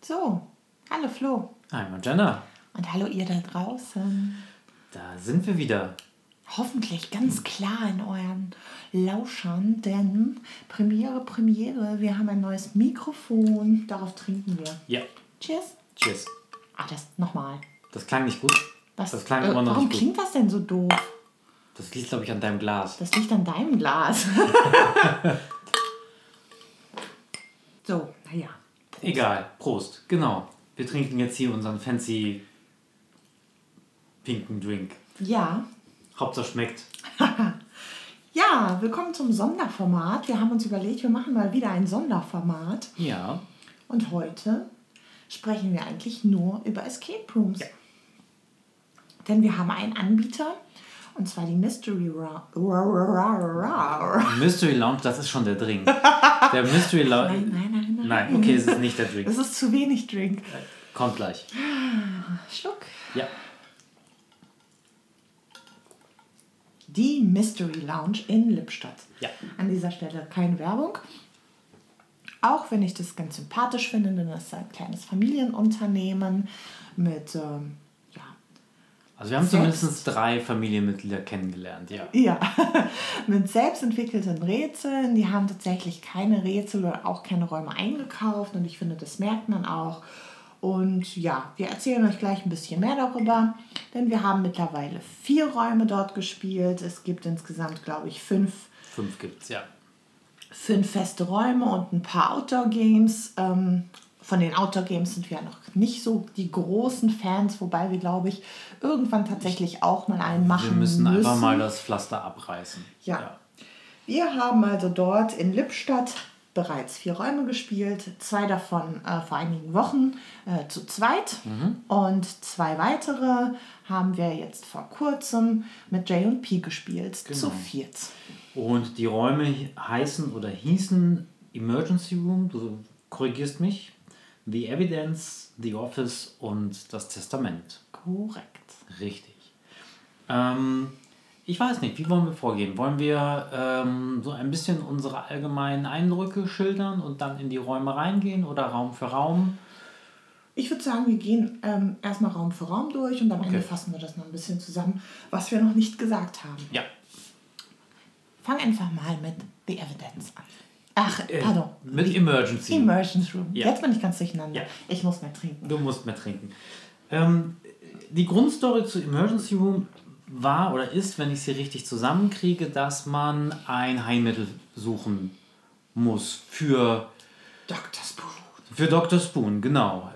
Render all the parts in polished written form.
So, hallo Flo. Hi Jenna. Und hallo ihr da draußen. Da sind wir wieder. Hoffentlich ganz klar in euren Lauschern, denn Premiere, wir haben ein neues Mikrofon. Darauf trinken wir. Ja. Cheers. Cheers. Das nochmal. Das klang nicht gut. Das klang immer noch warum nicht gut. klingt das denn so doof? Das liegt, glaube ich, an deinem Glas. Das liegt an deinem Glas. So, naja. Egal. Prost. Genau. Wir trinken jetzt hier unseren fancy pinken Drink. Ja. Hauptsache schmeckt. Ja, willkommen zum Sonderformat. Wir haben uns überlegt, wir machen mal wieder ein Sonderformat. Ja. Und heute sprechen wir eigentlich nur über Escape Rooms. Ja. Denn wir haben einen Anbieter, und zwar die Mystery Mystery Lounge, das ist schon der Drink. Der Mystery Lounge. Nein. Nein, okay, es ist nicht der Drink. Das ist zu wenig Drink. Kommt gleich. Schluck. Ja. Die Mystery Lounge in Lippstadt. Ja. An dieser Stelle keine Werbung. Auch wenn ich das ganz sympathisch finde, denn das ist ein kleines Familienunternehmen mit, Also wir haben zumindest 3 Familienmitglieder kennengelernt, ja. Ja, mit selbstentwickelten Rätseln. Die haben tatsächlich keine Rätsel oder auch keine Räume eingekauft und ich finde, das merkt man auch. Und ja, wir erzählen euch gleich ein bisschen mehr darüber, denn wir haben mittlerweile 4 Räume dort gespielt. Es gibt insgesamt, glaube ich, 5. 5 gibt's, ja. 5 feste Räume und ein paar Outdoor-Games. Von den Outdoor-Games sind wir ja noch nicht so die großen Fans, wobei wir, glaube ich, irgendwann tatsächlich auch mal einen machen müssen. Wir müssen einfach mal das Pflaster abreißen. Ja. Wir haben also dort in Lippstadt bereits 4 Räume gespielt, 2 davon vor einigen Wochen zu zweit und 2 weitere haben wir jetzt vor kurzem mit J&P gespielt, zu 4. Und die Räume heißen oder hießen Emergency Room, du korrigierst mich, The Evidence, The Office und das Testament. Korrekt. Richtig. Ich weiß nicht, wie wollen wir vorgehen? Wollen wir so ein bisschen unsere allgemeinen Eindrücke schildern und dann in die Räume reingehen oder Raum für Raum? Ich würde sagen, wir gehen erstmal Raum für Raum durch und am Ende fassen wir das noch ein bisschen zusammen, was wir noch nicht gesagt haben. Ja. Fang einfach mal mit The Evidence an. Ach, pardon. Mit Emergency. Emergency Room. Ja. Jetzt bin ich ganz durcheinander. Ja. Ich muss mehr trinken. Du musst mehr trinken. Die Grundstory zu Emergency Room war oder ist, wenn ich sie richtig zusammenkriege, dass man ein Heilmittel suchen muss für Dr. Spoon. Für Dr. Spoon, genau.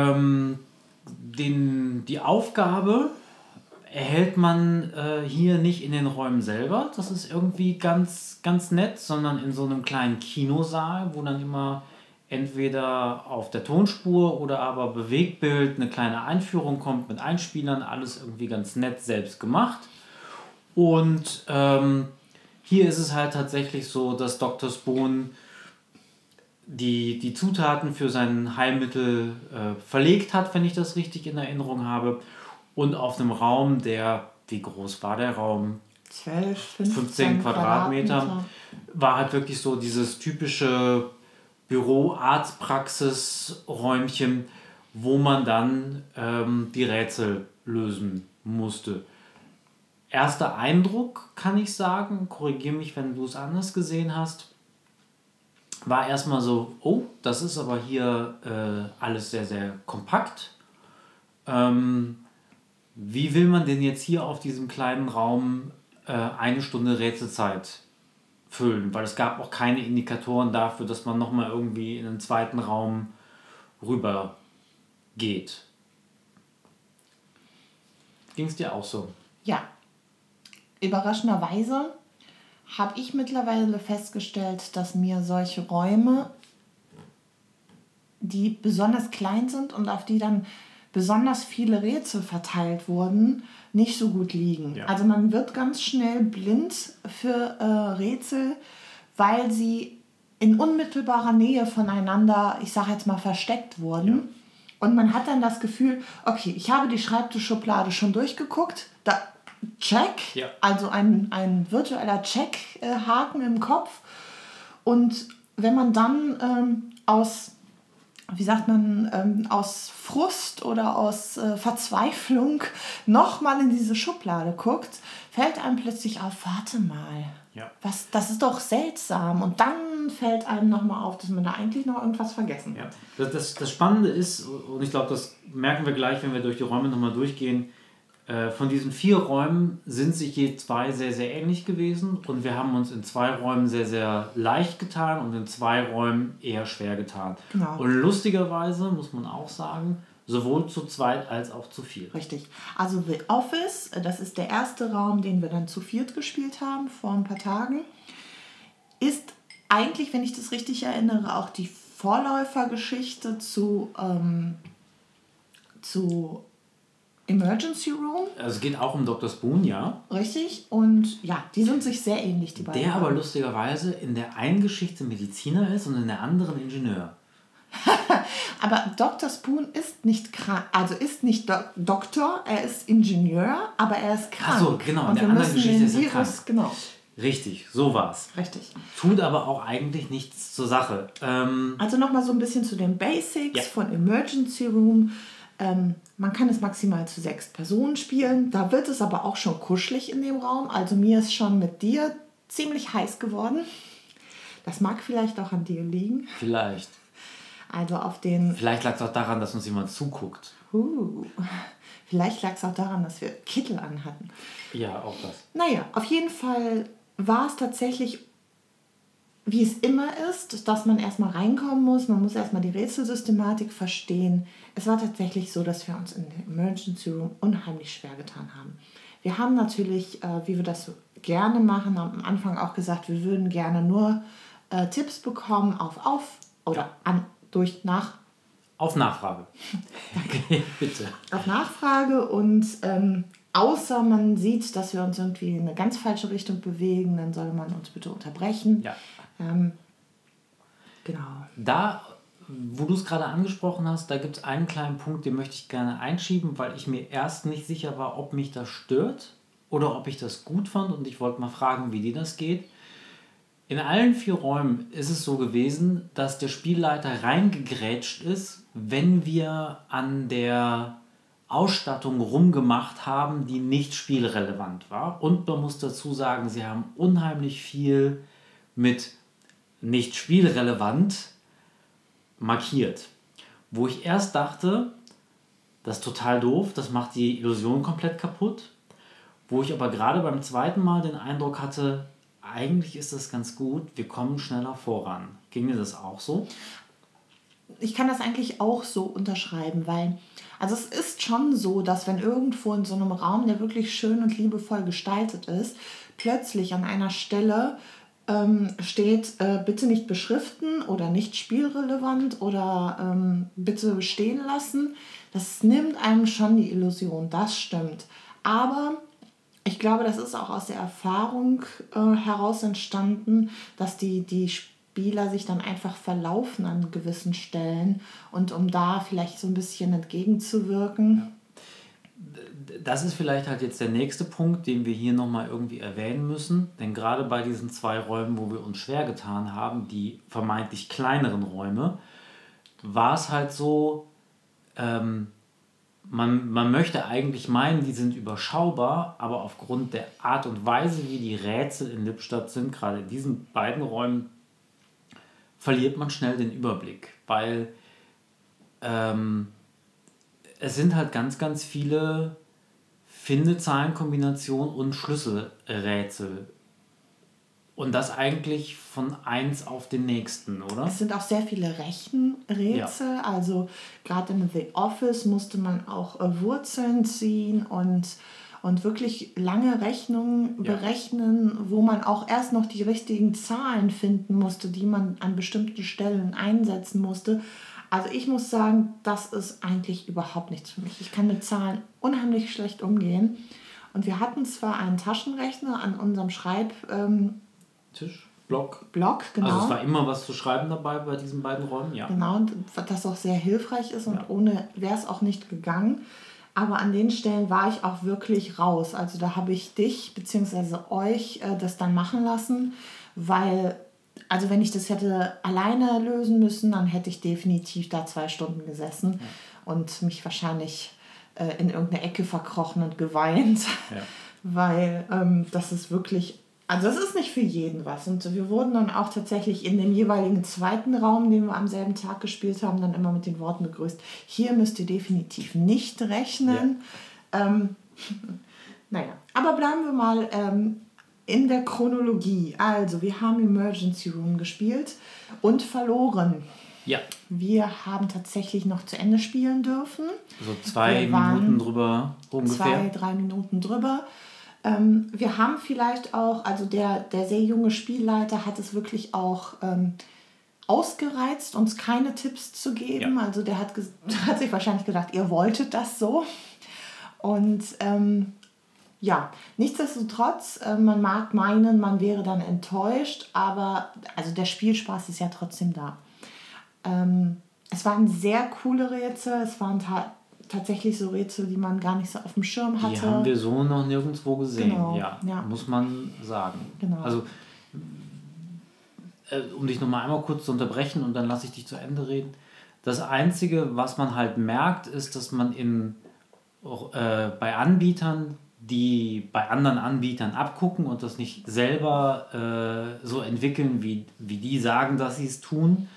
Die Aufgabe erhält man hier nicht in den Räumen selber. Das ist irgendwie ganz, ganz nett, sondern in so einem kleinen Kinosaal, wo dann immer entweder auf der Tonspur oder aber Bewegtbild eine kleine Einführung kommt mit Einspielern. Alles irgendwie ganz nett selbst gemacht. Und hier ist es halt tatsächlich so, dass Dr. Spoon die Zutaten für sein Heilmittel verlegt hat, wenn ich das richtig in Erinnerung habe. Und auf einem Raum, wie groß war der Raum? 12, 15 Quadratmeter. War halt wirklich so dieses typische Büro-Arztpraxis-Räumchen, wo man dann die Rätsel lösen musste. Erster Eindruck, kann ich sagen, korrigiere mich, wenn du es anders gesehen hast, war erstmal so, oh, das ist aber hier alles sehr, sehr kompakt. Wie will man denn jetzt hier auf diesem kleinen Raum 1 Stunde Rätselzeit füllen? Weil es gab auch keine Indikatoren dafür, dass man nochmal irgendwie in einen zweiten Raum rüber geht. Ging es dir auch so? Ja. Überraschenderweise habe ich mittlerweile festgestellt, dass mir solche Räume, die besonders klein sind und auf die dann besonders viele Rätsel verteilt wurden, nicht so gut liegen. Ja. Also man wird ganz schnell blind für Rätsel, weil sie in unmittelbarer Nähe voneinander, ich sage jetzt mal, versteckt wurden. Ja. Und man hat dann das Gefühl, okay, ich habe die Schreibtischschublade schon durchgeguckt, da Check, ja. Also ein virtueller Check-Haken im Kopf. Und wenn man dann aus wie sagt man, aus Frust oder aus Verzweiflung nochmal in diese Schublade guckt, fällt einem plötzlich auf, warte mal, das ist doch seltsam. Und dann fällt einem nochmal auf, dass man da eigentlich noch irgendwas vergessen hat. Das Spannende ist, und ich glaube, das merken wir gleich, wenn wir durch die Räume nochmal durchgehen, von diesen 4 Räumen sind sich je 2 sehr, sehr ähnlich gewesen und wir haben uns in 2 Räumen sehr, sehr leicht getan und in 2 Räumen eher schwer getan. Genau. Und lustigerweise muss man auch sagen, sowohl zu zweit als auch zu viert. Richtig. Also The Office, das ist der erste Raum, den wir dann zu viert gespielt haben vor ein paar Tagen, ist eigentlich, wenn ich das richtig erinnere, auch die Vorläufergeschichte zu Emergency Room. Also es geht auch um Dr. Spoon, ja. Richtig. Und ja, die sind sich sehr ähnlich, die beiden. Der aber lustigerweise in der einen Geschichte Mediziner ist und in der anderen Ingenieur. Aber Dr. Spoon ist nicht krank, also ist nicht Doktor, er ist Ingenieur, aber er ist krank. Ach so, genau. Und in der anderen Geschichte ist er krank. Genau. Richtig, so war's. Richtig. Tut aber auch eigentlich nichts zur Sache. Also nochmal so ein bisschen zu den Basics von Emergency Room. Man kann es maximal zu 6 Personen spielen. Da wird es aber auch schon kuschelig in dem Raum. Also mir ist schon mit dir ziemlich heiß geworden. Das mag vielleicht auch an dir liegen. Vielleicht. Also auf den... Vielleicht lag es auch daran, dass uns jemand zuguckt. Vielleicht lag es auch daran, dass wir Kittel anhatten. Ja, auch das. Naja, auf jeden Fall war es tatsächlich, wie es immer ist, dass man erstmal reinkommen muss. Man muss erstmal die Rätselsystematik verstehen. Es war tatsächlich so, dass wir uns in der Emergency Room unheimlich schwer getan haben. Wir haben natürlich, wie wir das gerne machen, am Anfang auch gesagt, wir würden gerne nur Tipps bekommen auf Nachfrage. Danke, bitte. Auf Nachfrage und außer man sieht, dass wir uns irgendwie in eine ganz falsche Richtung bewegen, dann soll man uns bitte unterbrechen. Ja. Genau. Da, wo du es gerade angesprochen hast, da gibt es einen kleinen Punkt, den möchte ich gerne einschieben, weil ich mir erst nicht sicher war, ob mich das stört oder ob ich das gut fand und ich wollte mal fragen, wie dir das geht. In allen 4 Räumen ist es so gewesen, dass der Spielleiter reingegrätscht ist, wenn wir an der Ausstattung rumgemacht haben, die nicht spielrelevant war. Und man muss dazu sagen, sie haben unheimlich viel mit nicht spielrelevant markiert. Wo ich erst dachte, das ist total doof, das macht die Illusion komplett kaputt. Wo ich aber gerade beim zweiten Mal den Eindruck hatte, eigentlich ist das ganz gut, wir kommen schneller voran. Ging dir das auch so? Ich kann das eigentlich auch so unterschreiben, weil, also es ist schon so, dass wenn irgendwo in so einem Raum, der wirklich schön und liebevoll gestaltet ist, plötzlich an einer Stelle steht, bitte nicht beschriften oder nicht spielrelevant oder bitte stehen lassen, das nimmt einem schon die Illusion, das stimmt. Aber ich glaube, das ist auch aus der Erfahrung heraus entstanden, dass die Spieler sich dann einfach verlaufen an gewissen Stellen und um da vielleicht so ein bisschen entgegenzuwirken. Ja. Das ist vielleicht halt jetzt der nächste Punkt, den wir hier nochmal irgendwie erwähnen müssen. Denn gerade bei diesen 2 Räumen, wo wir uns schwer getan haben, die vermeintlich kleineren Räume, war es halt so, man möchte eigentlich meinen, die sind überschaubar, aber aufgrund der Art und Weise, wie die Rätsel in Lippstadt sind, gerade in diesen beiden Räumen, verliert man schnell den Überblick, weil es sind halt ganz, ganz viele Finde-Zahlenkombinationen und Schlüsselrätsel. Und das eigentlich von eins auf den nächsten, oder? Es sind auch sehr viele Rechenrätsel. Ja. Also gerade in The Office musste man auch Wurzeln ziehen und wirklich lange Rechnungen berechnen, wo man auch erst noch die richtigen Zahlen finden musste, die man an bestimmten Stellen einsetzen musste. Also ich muss sagen, das ist eigentlich überhaupt nichts für mich. Ich kann mit Zahlen unheimlich schlecht umgehen. Und wir hatten zwar einen Taschenrechner an unserem Block, genau. Also es war immer was zu schreiben dabei bei diesen beiden Räumen, ja. Genau, und das auch sehr hilfreich ist und ohne wäre es auch nicht gegangen. Aber an den Stellen war ich auch wirklich raus. Also da habe ich dich bzw. euch das dann machen lassen, weil also wenn ich das hätte alleine lösen müssen, dann hätte ich definitiv da 2 Stunden gesessen und mich wahrscheinlich in irgendeine Ecke verkrochen und geweint, weil das ist wirklich, also das ist nicht für jeden was. Und wir wurden dann auch tatsächlich in dem jeweiligen zweiten Raum, den wir am selben Tag gespielt haben, dann immer mit den Worten begrüßt: Hier müsst ihr definitiv nicht rechnen. Naja, aber bleiben wir mal in der Chronologie. Also, wir haben Emergency Room gespielt und verloren. Ja. Wir haben tatsächlich noch zu Ende spielen dürfen. So 2 Minuten drüber ungefähr. 2-3 Minuten drüber. Wir haben vielleicht auch, also der sehr junge Spielleiter hat es wirklich auch ausgereizt, uns keine Tipps zu geben. Ja. Also der hat sich wahrscheinlich gedacht, ihr wolltet das so. Und nichtsdestotrotz, man mag meinen, man wäre dann enttäuscht, aber also der Spielspaß ist ja trotzdem da. Es waren sehr coole Rätsel, es waren tatsächlich so Rätsel, die man gar nicht so auf dem Schirm hatte. Die haben wir so noch nirgendwo gesehen, ja, muss man sagen. Genau. Also, um dich nochmal einmal kurz zu unterbrechen und dann lasse ich dich zu Ende reden. Das Einzige, was man halt merkt, ist, dass man bei Anbietern, die bei anderen Anbietern abgucken und das nicht selber so entwickeln, wie die sagen, dass sie es tun,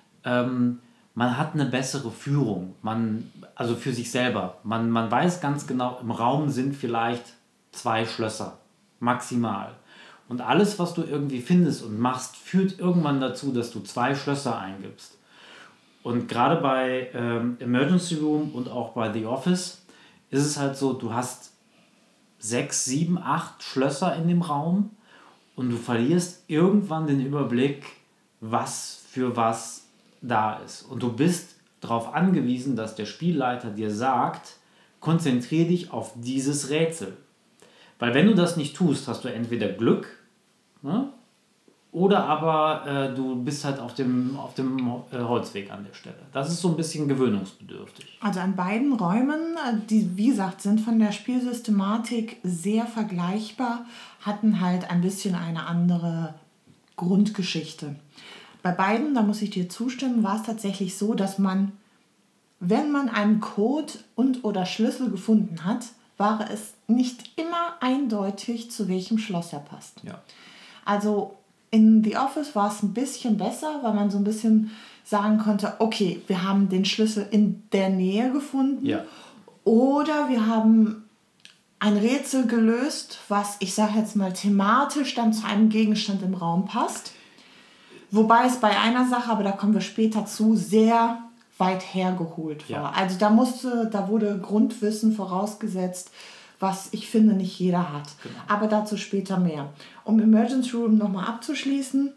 man hat eine bessere Führung, also für sich selber. Man weiß ganz genau, im Raum sind vielleicht 2 Schlösser, maximal. Und alles, was du irgendwie findest und machst, führt irgendwann dazu, dass du 2 Schlösser eingibst. Und gerade bei Emergency Room und auch bei The Office ist es halt so, du hast 6, 7, 8 Schlösser in dem Raum und du verlierst irgendwann den Überblick, was für was da ist. Und du bist darauf angewiesen, dass der Spielleiter dir sagt, konzentriere dich auf dieses Rätsel. Weil wenn du das nicht tust, hast du entweder Glück, ne? Oder aber du bist halt auf dem Holzweg an der Stelle. Das ist so ein bisschen gewöhnungsbedürftig. Also an beiden Räumen, die wie gesagt sind von der Spielsystematik sehr vergleichbar, hatten halt ein bisschen eine andere Grundgeschichte. Bei beiden, da muss ich dir zustimmen, war es tatsächlich so, dass man, wenn man einen Code und/oder Schlüssel gefunden hat, war es nicht immer eindeutig, zu welchem Schloss er passt. Ja. Also in The Office war es ein bisschen besser, weil man so ein bisschen sagen konnte, okay, wir haben den Schlüssel in der Nähe gefunden. Ja. Oder wir haben ein Rätsel gelöst, was, ich sage jetzt mal, thematisch dann zu einem Gegenstand im Raum passt. Wobei es bei einer Sache, aber da kommen wir später zu, sehr weit hergeholt war. Ja. Also da wurde Grundwissen vorausgesetzt, was ich finde nicht jeder hat. Genau. Aber dazu später mehr. Um Emergency Room nochmal abzuschließen,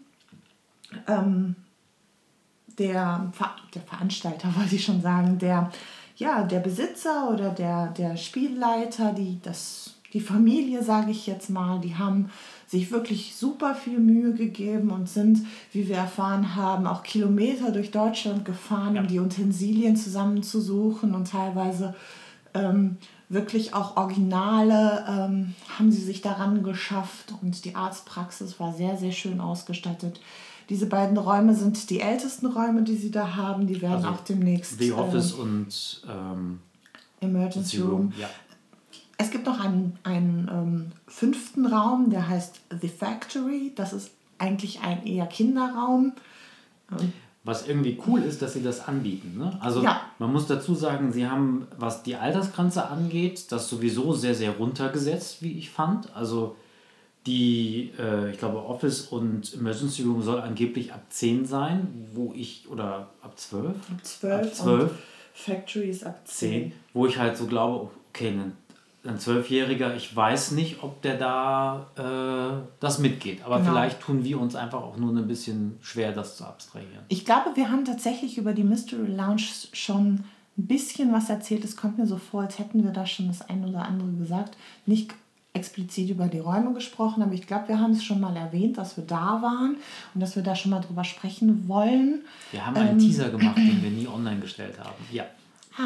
der Veranstalter, wollte ich schon sagen, der Besitzer oder der Spielleiter, die Familie, sage ich jetzt mal, die haben sich wirklich super viel Mühe gegeben und sind, wie wir erfahren haben, auch Kilometer durch Deutschland gefahren, um die Utensilien zusammenzusuchen und teilweise wirklich auch Originale haben sie sich daran geschafft und die Arztpraxis war sehr, sehr schön ausgestattet. Diese beiden Räume sind die ältesten Räume, die sie da haben. Die werden auch demnächst... The Office und Emergency Room. Ja. Es gibt noch einen 5. Raum, der heißt The Factory. Das ist eigentlich ein eher Kinderraum. Was irgendwie cool ist, dass sie das anbieten. Ne? Also man muss dazu sagen, sie haben, was die Altersgrenze angeht, das sowieso sehr, sehr runtergesetzt, wie ich fand. Also ich glaube, Office und Emergency Room soll angeblich ab 10 sein, oder ab 12? Ab 12. Factory ist ab 10. Wo ich halt so glaube, okay, ein 12-Jähriger, ich weiß nicht, ob der da das mitgeht. Aber vielleicht tun wir uns einfach auch nur ein bisschen schwer, das zu abstrahieren. Ich glaube, wir haben tatsächlich über die Mystery Lounge schon ein bisschen was erzählt. Es kommt mir so vor, als hätten wir da schon das ein oder andere gesagt. Nicht explizit über die Räume gesprochen, aber ich glaube, wir haben es schon mal erwähnt, dass wir da waren und dass wir da schon mal drüber sprechen wollen. Wir haben einen Teaser gemacht, den wir nie online gestellt haben. Ja.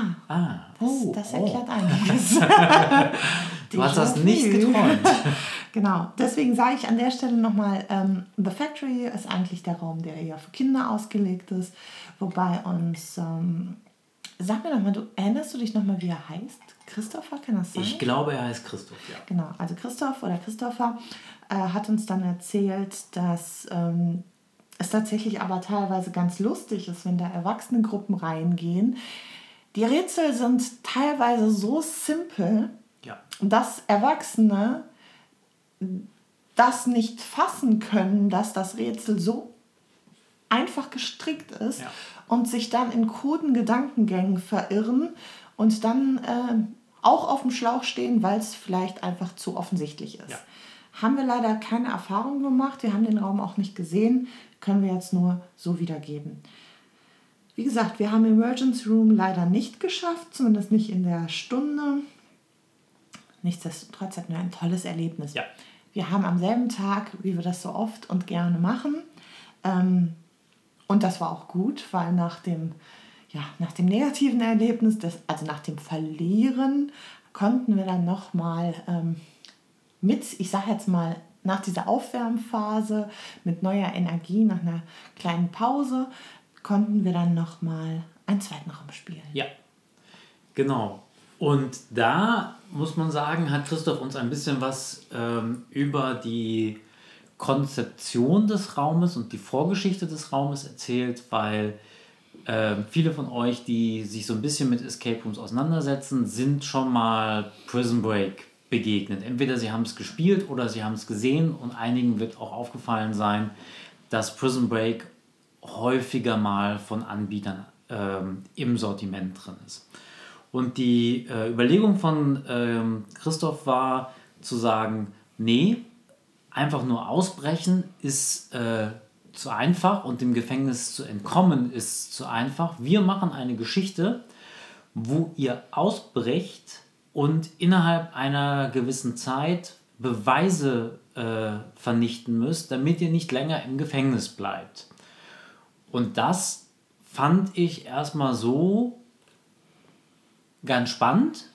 Das erklärt einiges. Du hast das nicht geträumt. Genau, deswegen sage ich an der Stelle nochmal, The Factory ist eigentlich der Raum, der eher für Kinder ausgelegt ist, wobei uns, sag mir nochmal, erinnerst du dich nochmal, wie er heißt? Christopher, kann das sein? Ich glaube, er heißt Christoph, ja. Genau, also Christopher hat uns dann erzählt, dass es tatsächlich aber teilweise ganz lustig ist, wenn da Erwachsenengruppen reingehen. Die Rätsel sind teilweise so simpel, dass Erwachsene das nicht fassen können, dass das Rätsel so einfach gestrickt ist und sich dann in kruden Gedankengängen verirren und dann auch auf dem Schlauch stehen, weil es vielleicht einfach zu offensichtlich ist. Ja. Haben wir leider keine Erfahrung gemacht, wir haben den Raum auch nicht gesehen, können wir jetzt nur so wiedergeben. Wie gesagt, wir haben Emergency Room leider nicht geschafft, zumindest nicht in der Stunde. Nichtsdestotrotz hatten wir ein tolles Erlebnis. Ja. Wir haben am selben Tag, wie wir das so oft und gerne machen, und das war auch gut, weil nach dem negativen Erlebnis, also nach dem Verlieren, konnten wir dann nochmal ich sage jetzt mal, nach dieser Aufwärmphase mit neuer Energie, nach einer kleinen Pause, konnten wir dann nochmal einen zweiten Raum spielen. Ja, genau. Und da, muss man sagen, hat Christoph uns ein bisschen was über die Konzeption des Raumes und die Vorgeschichte des Raumes erzählt, weil viele von euch, die sich so ein bisschen mit Escape Rooms auseinandersetzen, sind schon mal Prison Break begegnet. Entweder sie haben es gespielt oder sie haben es gesehen, und einigen wird auch aufgefallen sein, dass Prison Break häufiger mal von Anbietern im Sortiment drin ist. Und die Überlegung von Christoph war zu sagen, nee, einfach nur ausbrechen ist zu einfach und dem Gefängnis zu entkommen ist zu einfach. Wir machen eine Geschichte, wo ihr ausbrecht und innerhalb einer gewissen Zeit Beweise vernichten müsst, damit ihr nicht länger im Gefängnis bleibt. Und das fand ich erstmal so ganz spannend.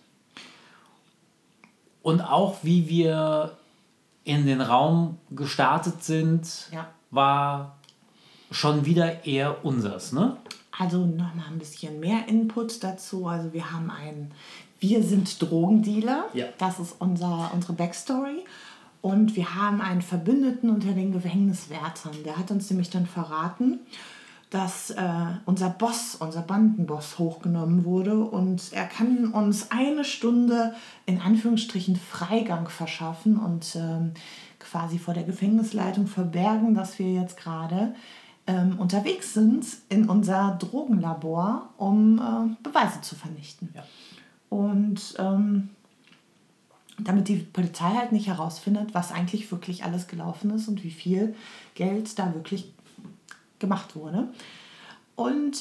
Und auch wie wir in den Raum gestartet sind, war schon wieder eher unseres, ne? Also nochmal ein bisschen mehr Input dazu. Also wir sind Drogendealer. Ja. Das ist unsere Backstory. Und wir haben einen Verbündeten unter den Gefängniswärtern. Der hat uns nämlich dann verraten, dass unser Bandenboss hochgenommen wurde, und er kann uns 1 Stunde in Anführungsstrichen Freigang verschaffen und quasi vor der Gefängnisleitung verbergen, dass wir jetzt gerade unterwegs sind in unser Drogenlabor, um Beweise zu vernichten. Ja. Und damit die Polizei halt nicht herausfindet, was eigentlich wirklich alles gelaufen ist und wie viel Geld da wirklich gemacht wurde. Und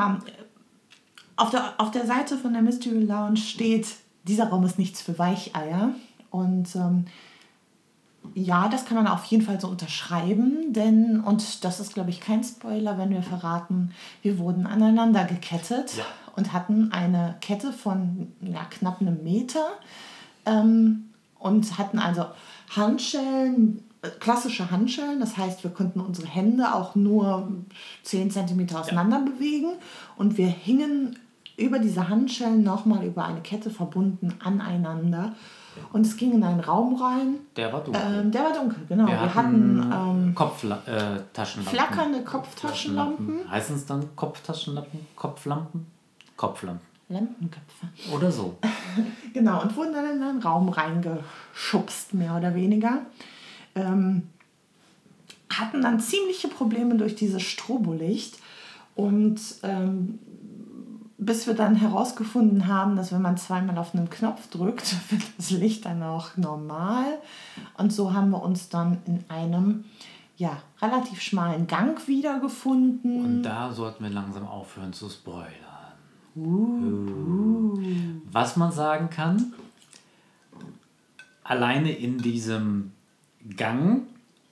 auf der Seite von der Mystery Lounge steht, dieser Raum ist nichts für Weicheier. Und das kann man auf jeden Fall so unterschreiben, und das ist, glaube ich, kein Spoiler, wenn wir verraten, wir wurden aneinander gekettet und hatten eine Kette von knapp einem Meter und hatten also Handschellen, klassische Handschellen, das heißt, wir konnten unsere Hände auch nur 10 cm auseinander bewegen, und wir hingen über diese Handschellen nochmal über eine Kette verbunden aneinander. Und es ging in einen Raum rein. Der war dunkel. Genau. Wir hatten Taschenlampen. Flackernde Kopftaschenlampen. Heißen es dann Kopftaschenlampen? Kopflampen? Kopflampen. Lampenköpfe. Oder so. Genau, und wurden dann in einen Raum reingeschubst, mehr oder weniger. Hatten dann ziemliche Probleme durch dieses Strobolicht. Und bis wir dann herausgefunden haben, dass wenn man 2-mal auf einen Knopf drückt, wird das Licht dann auch normal. Und so haben wir uns dann in einem relativ schmalen Gang wiedergefunden. Und da sollten wir langsam aufhören zu spoilern. Was man sagen kann, alleine in diesem Gang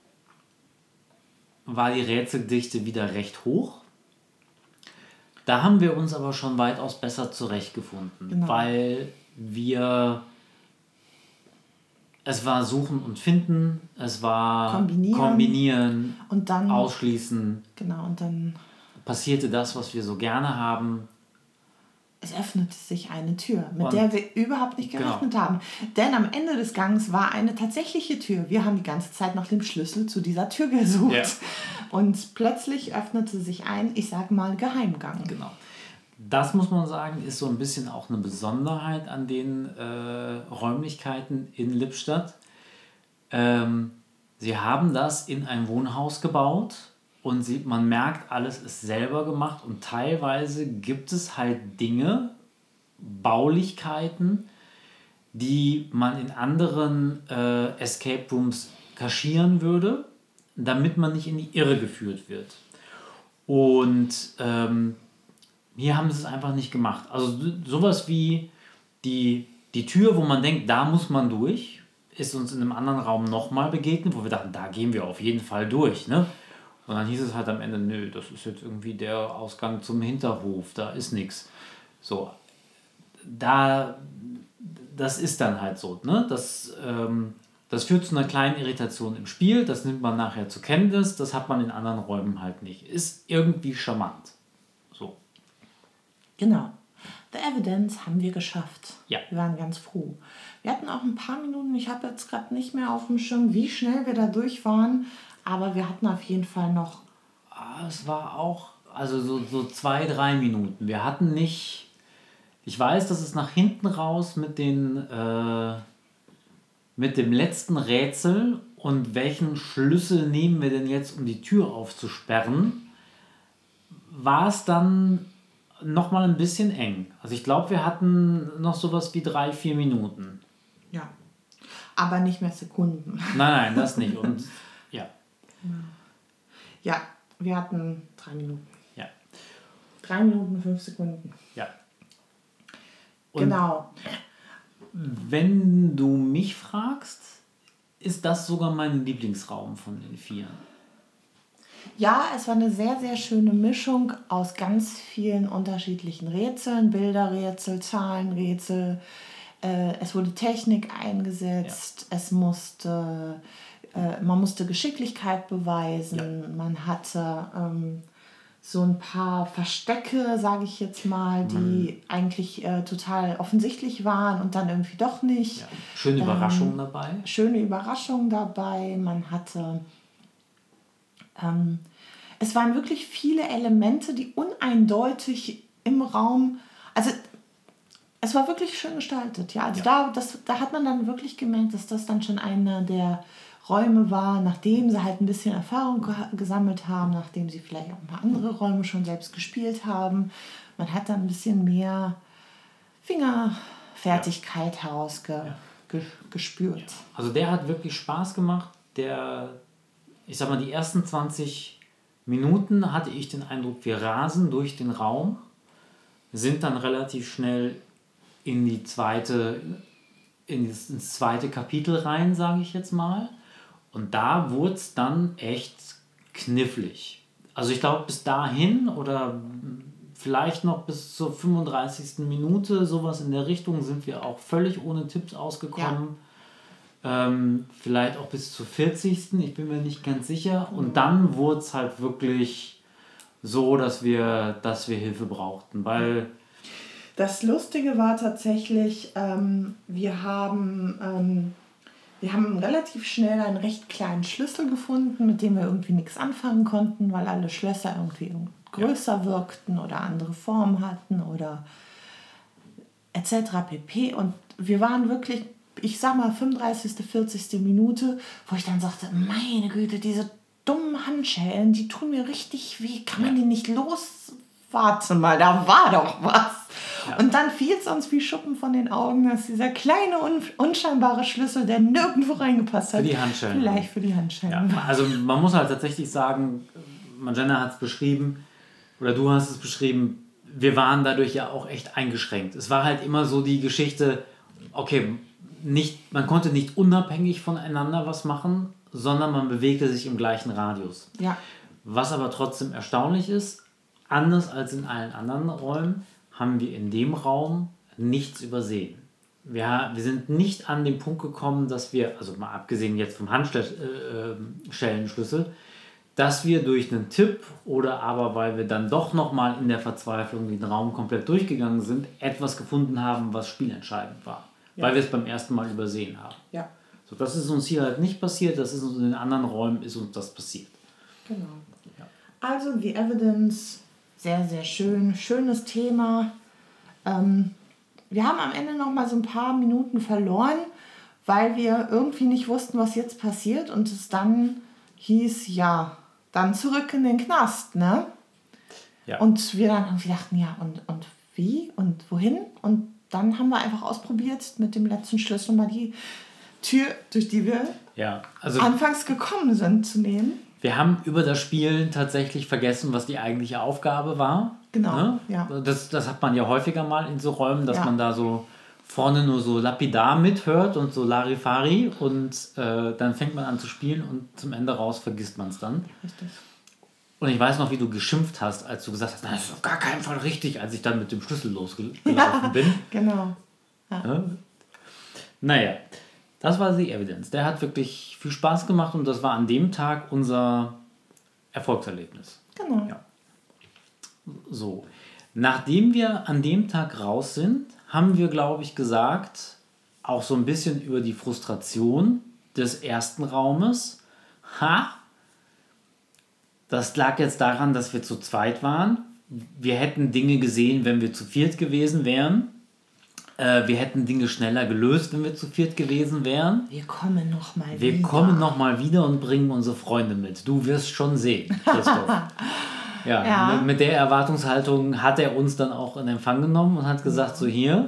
war die Rätseldichte wieder recht hoch. Da haben wir uns aber schon weitaus besser zurechtgefunden, weil wir Es war Suchen und Finden, es war Kombinieren und dann Ausschließen. Genau, und dann passierte das, was wir so gerne haben. Es öffnete sich eine Tür, mit der wir überhaupt nicht gerechnet haben. Denn am Ende des Gangs war eine tatsächliche Tür. Wir haben die ganze Zeit nach dem Schlüssel zu dieser Tür gesucht. Ja. Und plötzlich öffnete sich ein, ich sag mal, Geheimgang. Genau. Das muss man sagen, ist so ein bisschen auch eine Besonderheit an den Räumlichkeiten in Lippstadt. Sie haben das in ein Wohnhaus gebaut und man merkt, alles ist selber gemacht und teilweise gibt es halt Dinge, Baulichkeiten, die man in anderen Escape Rooms kaschieren würde, damit man nicht in die Irre geführt wird. Und hier haben sie es einfach nicht gemacht. Also sowas wie die Tür, wo man denkt, da muss man durch, ist uns in einem anderen Raum nochmal begegnet, wo wir dachten, da gehen wir auf jeden Fall durch. Ne? Und dann hieß es halt am Ende, nö, das ist jetzt irgendwie der Ausgang zum Hinterhof, da ist nichts. So, das ist dann halt so. Ne? Das führt zu einer kleinen Irritation im Spiel, das nimmt man nachher zur Kenntnis, das hat man in anderen Räumen halt nicht. Ist irgendwie charmant. So. Genau. The Evidence haben wir geschafft. Ja. Wir waren ganz froh. Wir hatten auch ein paar Minuten, ich habe jetzt gerade nicht mehr auf dem Schirm, wie schnell wir da durch waren, aber wir hatten auf jeden Fall noch... Es war auch, also so 2-3 Minuten. Wir hatten nicht... Ich weiß, dass es nach hinten raus mit dem letzten Rätsel und welchen Schlüssel nehmen wir denn jetzt, um die Tür aufzusperren, war es dann nochmal ein bisschen eng. Also ich glaube, wir hatten noch sowas wie 3-4 Minuten. Ja, aber nicht mehr Sekunden. Nein, das nicht. Und ja. Ja, wir hatten 3 Minuten. Ja. 3 Minuten, 5 Sekunden. Ja. Und genau. Wenn du mich fragst, ist das sogar mein Lieblingsraum von den 4. Ja, es war eine sehr, sehr schöne Mischung aus ganz vielen unterschiedlichen Rätseln, Bilderrätsel, Zahlenrätsel. Es wurde Technik eingesetzt, ja. Man musste Geschicklichkeit beweisen, ja. Man hatte so ein paar Verstecke, sage ich jetzt mal, die eigentlich total offensichtlich waren und dann irgendwie doch nicht. Ja. Schöne Überraschungen dabei. Schöne Überraschungen dabei. Man hatte... es waren wirklich viele Elemente, die uneindeutig im Raum... Also es war wirklich schön gestaltet. Ja, also ja. Da hat man dann wirklich gemerkt, dass das dann schon einer der Räume war, nachdem sie halt ein bisschen Erfahrung gesammelt haben, nachdem sie vielleicht auch ein paar andere Räume schon selbst gespielt haben. Man hat dann ein bisschen mehr Fingerfertigkeit herausgespürt. Ja. Also der hat wirklich Spaß gemacht. Ich sag mal, die ersten 20 Minuten hatte ich den Eindruck, wir rasen durch den Raum, sind dann relativ schnell ins zweite Kapitel rein, sage ich jetzt mal. Und da wurde es dann echt knifflig. Also ich glaube, bis dahin oder vielleicht noch bis zur 35. Minute, sowas in der Richtung, sind wir auch völlig ohne Tipps ausgekommen. Ja. Vielleicht auch bis zur 40. Ich bin mir nicht ganz sicher. Und dann wurde es halt wirklich so, dass wir Hilfe brauchten. Weil das Lustige war tatsächlich, wir haben relativ schnell einen recht kleinen Schlüssel gefunden, mit dem wir irgendwie nichts anfangen konnten, weil alle Schlösser irgendwie größer wirkten oder andere Formen hatten oder etc. pp. Und wir waren wirklich, ich sag mal, 35., 40. Minute, wo ich dann sagte, meine Güte, diese dummen Handschellen, die tun mir richtig weh, kann man die nicht los? Warte mal, da war doch was. Ja. Und dann fiel es uns wie Schuppen von den Augen, dass dieser kleine, unscheinbare Schlüssel, der nirgendwo reingepasst hat, für die Handschellen. Vielleicht für die Handschellen. Ja, also man muss halt tatsächlich sagen, Marjana hat es beschrieben, oder du hast es beschrieben, wir waren dadurch ja auch echt eingeschränkt. Es war halt immer so die Geschichte, okay, man konnte nicht unabhängig voneinander was machen, sondern man bewegte sich im gleichen Radius. Ja. Was aber trotzdem erstaunlich ist, anders als in allen anderen Räumen, haben wir in dem Raum nichts übersehen. wir sind nicht an den Punkt gekommen, dass wir, also mal abgesehen jetzt vom Handschellenschlüssel, dass wir durch einen Tipp oder aber weil wir dann doch nochmal in der Verzweiflung den Raum komplett durchgegangen sind, etwas gefunden haben, was spielentscheidend war. Ja. Weil wir es beim ersten Mal übersehen haben. Ja. So, das ist uns hier halt nicht passiert, das ist uns in den anderen Räumen ist uns das passiert. Genau. Ja. Also The Evidence, sehr, sehr schön. Schönes Thema. Wir haben am Ende noch mal so ein paar Minuten verloren, weil wir irgendwie nicht wussten, was jetzt passiert und es dann hieß, ja, dann zurück in den Knast, ne? Ja. Und wir dann irgendwie dachten, ja, und wie und wohin? Und dann haben wir einfach ausprobiert, mit dem letzten Schlüssel mal die Tür, durch die wir anfangs gekommen sind, zu nehmen. Wir haben über das Spielen tatsächlich vergessen, was die eigentliche Aufgabe war. Genau, ne? Ja. Das hat man ja häufiger mal in so Räumen, dass man da so vorne nur so lapidar mithört und so Larifari und dann fängt man an zu spielen und zum Ende raus vergisst man es dann. Richtig. Und ich weiß noch, wie du geschimpft hast, als du gesagt hast, das ist auf gar keinen Fall richtig, als ich dann mit dem Schlüssel losgelaufen bin. Genau. Ja. Naja, das war The Evidence. Der hat wirklich viel Spaß gemacht und das war an dem Tag unser Erfolgserlebnis. Genau. Ja. So, nachdem wir an dem Tag raus sind, haben wir, glaube ich, gesagt, auch so ein bisschen über die Frustration des ersten Raumes. Das lag jetzt daran, dass wir zu zweit waren. Wir hätten Dinge gesehen, wenn wir zu viert gewesen wären. Wir hätten Dinge schneller gelöst, wenn wir zu viert gewesen wären. Wir kommen nochmal wieder. Wir kommen nochmal wieder und bringen unsere Freunde mit. Du wirst schon sehen, Christoph. Ja. Mit der Erwartungshaltung hat er uns dann auch in Empfang genommen und hat gesagt, so hier.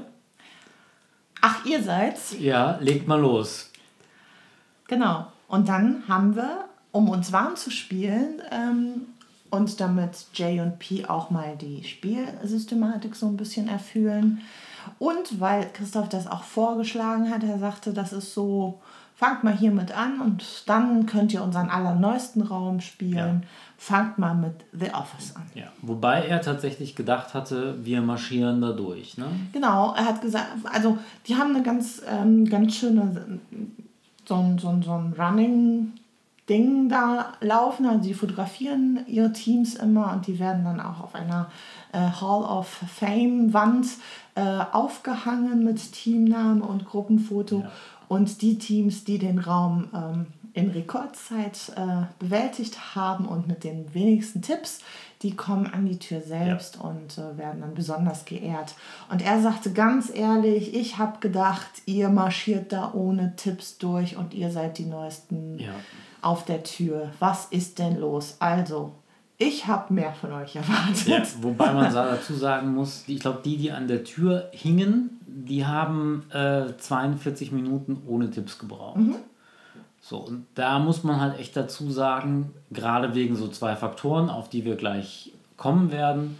Ach, ihr seid's? Ja, legt mal los. Genau. Und dann haben wir, um uns warm zu spielen und damit J und P auch mal die Spielsystematik so ein bisschen erfüllen und weil Christoph das auch vorgeschlagen hat, er sagte, das ist so, fangt mal hiermit an und dann könnt ihr unseren allerneuesten Raum spielen. Ja. Fangt mal mit The Office an. Ja. Wobei er tatsächlich gedacht hatte, wir marschieren da durch. Ne? Genau, er hat gesagt, also die haben eine ganz schöne, so ein Running-Ding da laufen. Also die fotografieren ihre Teams immer und die werden dann auch auf einer Hall of Fame-Wand aufgehangen mit Teamname und Gruppenfoto. Ja. Und die Teams, die den Raum in Rekordzeit bewältigt haben und mit den wenigsten Tipps, die kommen an die Tür selbst und werden dann besonders geehrt. Und er sagte ganz ehrlich, ich habe gedacht, ihr marschiert da ohne Tipps durch und ihr seid die Neuesten auf der Tür. Was ist denn los? Also, ich habe mehr von euch erwartet. Ja, wobei man dazu sagen muss, ich glaube, die an der Tür hingen, die haben 42 Minuten ohne Tipps gebraucht. Mhm. So, und da muss man halt echt dazu sagen, gerade wegen so 2 Faktoren, auf die wir gleich kommen werden,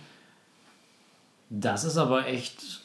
das ist aber echt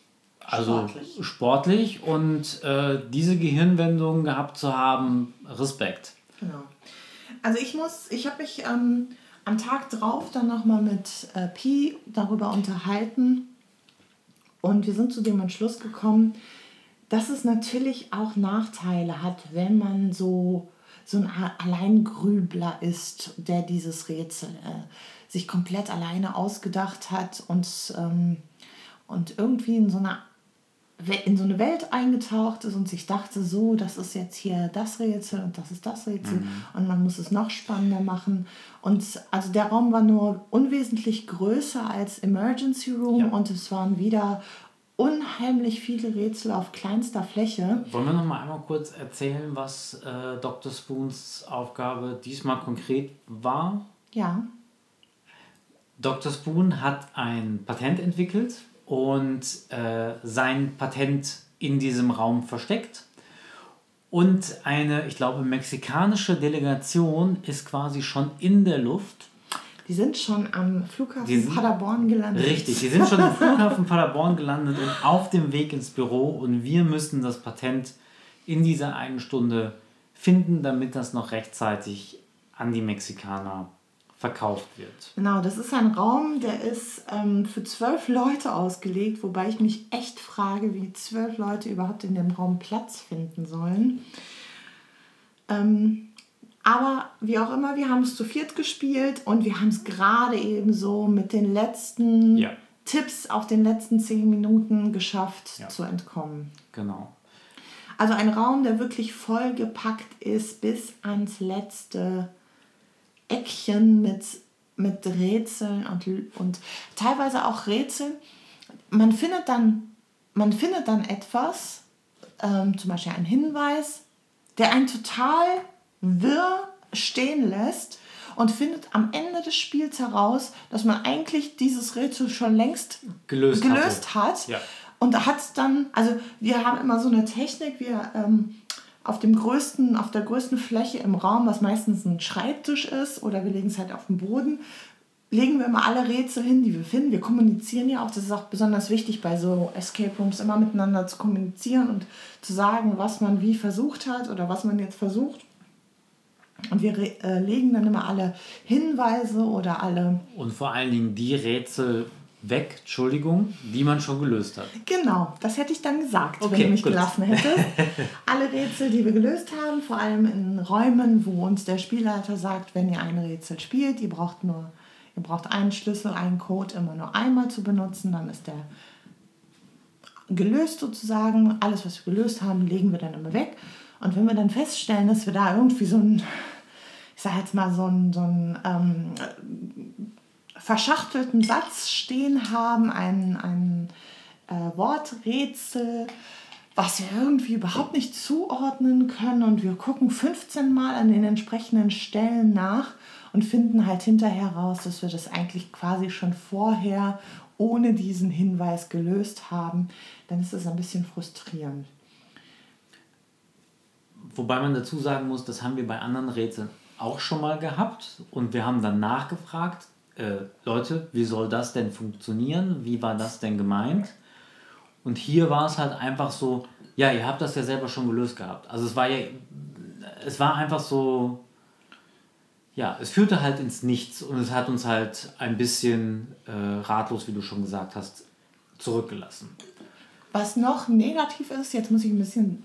sportlich und diese Gehirnwendung gehabt zu haben, Respekt. Genau. Also ich habe mich am Tag drauf dann nochmal mit Pi darüber unterhalten und wir sind zu dem Entschluss gekommen, dass es natürlich auch Nachteile hat, wenn man so ein Alleingrübler ist, der dieses Rätsel sich komplett alleine ausgedacht hat und irgendwie in so eine Welt eingetaucht ist und sich dachte, so, das ist jetzt hier das Rätsel und das ist das Rätsel und man muss es noch spannender machen. Und also der Raum war nur unwesentlich größer als Emergency Room und es waren wieder unheimlich viele Rätsel auf kleinster Fläche. Wollen wir noch mal einmal kurz erzählen, was Dr. Spoons Aufgabe diesmal konkret war? Ja. Dr. Spoon hat ein Patent entwickelt und sein Patent in diesem Raum versteckt. Und eine, ich glaube, mexikanische Delegation ist quasi schon in der Luft. Die sind schon am Flughafen Paderborn gelandet. Richtig, die sind schon am Flughafen Paderborn gelandet und auf dem Weg ins Büro. Und wir müssen das Patent in dieser einen Stunde finden, damit das noch rechtzeitig an die Mexikaner verkauft wird. Genau, das ist ein Raum, der ist für 12 Leute ausgelegt, wobei ich mich echt frage, wie 12 Leute überhaupt in dem Raum Platz finden sollen. Aber wie auch immer, wir haben es zu viert gespielt und wir haben es gerade eben so mit den letzten Tipps auf den letzten 10 Minuten geschafft zu entkommen. Genau. Also ein Raum, der wirklich vollgepackt ist bis ans letzte Eckchen mit Rätseln und teilweise auch Rätsel. Man findet dann etwas, zum Beispiel einen Hinweis, der einen total wirr stehen lässt und findet am Ende des Spiels heraus, dass man eigentlich dieses Rätsel schon längst gelöst hat. Ja. Und hat es dann, also wir haben immer so eine Technik, wir auf der größten Fläche im Raum, was meistens ein Schreibtisch ist, oder wir legen es halt auf den Boden, legen wir immer alle Rätsel hin, die wir finden. Wir kommunizieren ja auch, das ist auch besonders wichtig bei so Escape Rooms, immer miteinander zu kommunizieren und zu sagen, was man wie versucht hat oder was man jetzt versucht. Und wir legen dann immer alle Hinweise oder alle... Und vor allen Dingen die Rätsel weg, die man schon gelöst hat. Genau, das hätte ich dann gesagt, wenn du mich gelassen hättest. Alle Rätsel, die wir gelöst haben, vor allem in Räumen, wo uns der Spielleiter sagt, wenn ihr ein Rätsel spielt, ihr braucht einen Schlüssel, einen Code immer nur einmal zu benutzen, dann ist der gelöst sozusagen. Alles, was wir gelöst haben, legen wir dann immer weg. Und wenn wir dann feststellen, dass wir da irgendwie so ein verschachtelten Satz stehen haben, ein Worträtsel, was wir irgendwie überhaupt nicht zuordnen können, und wir gucken 15 Mal an den entsprechenden Stellen nach und finden halt hinterher raus, dass wir das eigentlich quasi schon vorher ohne diesen Hinweis gelöst haben, dann ist das ein bisschen frustrierend. Wobei man dazu sagen muss, das haben wir bei anderen Rätseln auch schon mal gehabt und wir haben dann nachgefragt, Leute, wie soll das denn funktionieren? Wie war das denn gemeint? Und hier war es halt einfach so, ja, ihr habt das ja selber schon gelöst gehabt. Also es war einfach so, ja, es führte halt ins Nichts und es hat uns halt ein bisschen ratlos, wie du schon gesagt hast, zurückgelassen. Was noch negativ ist, jetzt muss ich ein bisschen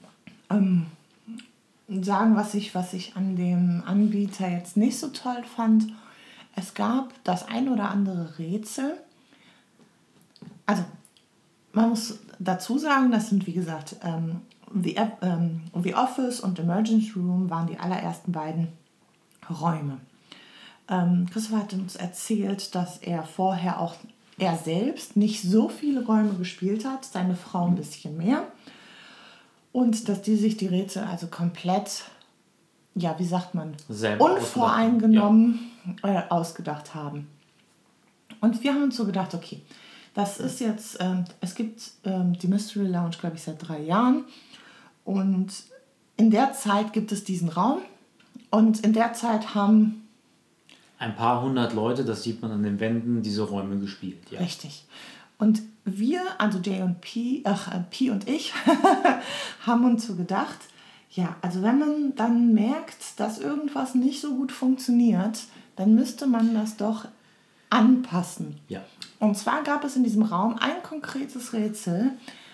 sagen, was ich an dem Anbieter jetzt nicht so toll fand. Es gab das ein oder andere Rätsel. Also, man muss dazu sagen, das sind wie gesagt The Office und Emergency Room waren die allerersten beiden Räume. Christopher hat uns erzählt, dass er vorher auch er selbst nicht so viele Räume gespielt hat, seine Frau ein bisschen mehr. Und dass die sich die Rätsel also komplett, ja, wie sagt man, unvoreingenommen ausgedacht haben. Und wir haben uns so gedacht, okay, das ist jetzt, es gibt die Mystery Lounge, glaube ich, seit 3 Jahren. Und in der Zeit gibt es diesen Raum. Und in der Zeit haben ein paar hundert Leute, das sieht man an den Wänden, diese Räume gespielt. Ja. Richtig. Und wir, also P und ich, haben uns so gedacht, ja, also wenn man dann merkt, dass irgendwas nicht so gut funktioniert, dann müsste man das doch anpassen. Ja. Und zwar gab es in diesem Raum ein konkretes Rätsel,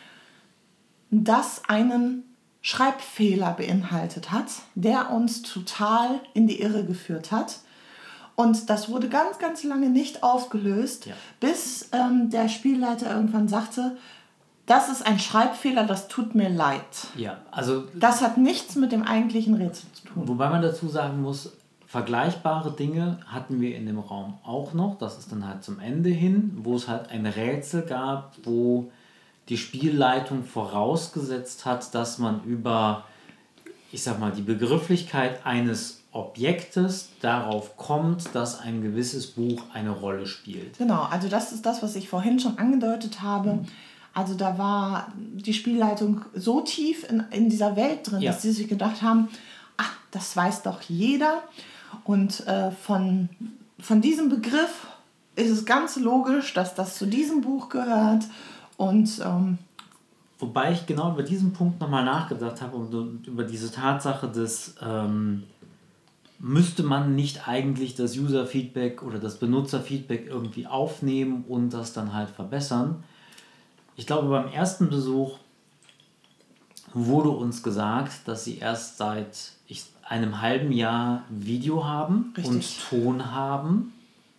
das einen Schreibfehler beinhaltet hat, der uns total in die Irre geführt hat. Und das wurde ganz, ganz lange nicht aufgelöst, bis der Spielleiter irgendwann sagte, das ist ein Schreibfehler, das tut mir leid. Ja, also das hat nichts mit dem eigentlichen Rätsel zu tun. Wobei man dazu sagen muss, vergleichbare Dinge hatten wir in dem Raum auch noch. Das ist dann halt zum Ende hin, wo es halt ein Rätsel gab, wo die Spielleitung vorausgesetzt hat, dass man über, ich sag mal, die Begrifflichkeit eines Objektes darauf kommt, dass ein gewisses Buch eine Rolle spielt. Genau, also das ist das, was ich vorhin schon angedeutet habe. Also da war die Spielleitung so tief in dieser Welt drin, dass sie sich gedacht haben, ach, das weiß doch jeder. Und von diesem Begriff ist es ganz logisch, dass das zu diesem Buch gehört. Und wobei ich genau über diesen Punkt nochmal nachgedacht habe und über diese Tatsache des müsste man nicht eigentlich das User-Feedback oder das Benutzer-Feedback irgendwie aufnehmen und das dann halt verbessern? Ich glaube, beim ersten Besuch wurde uns gesagt, dass sie erst seit einem halben Jahr Video haben und Ton haben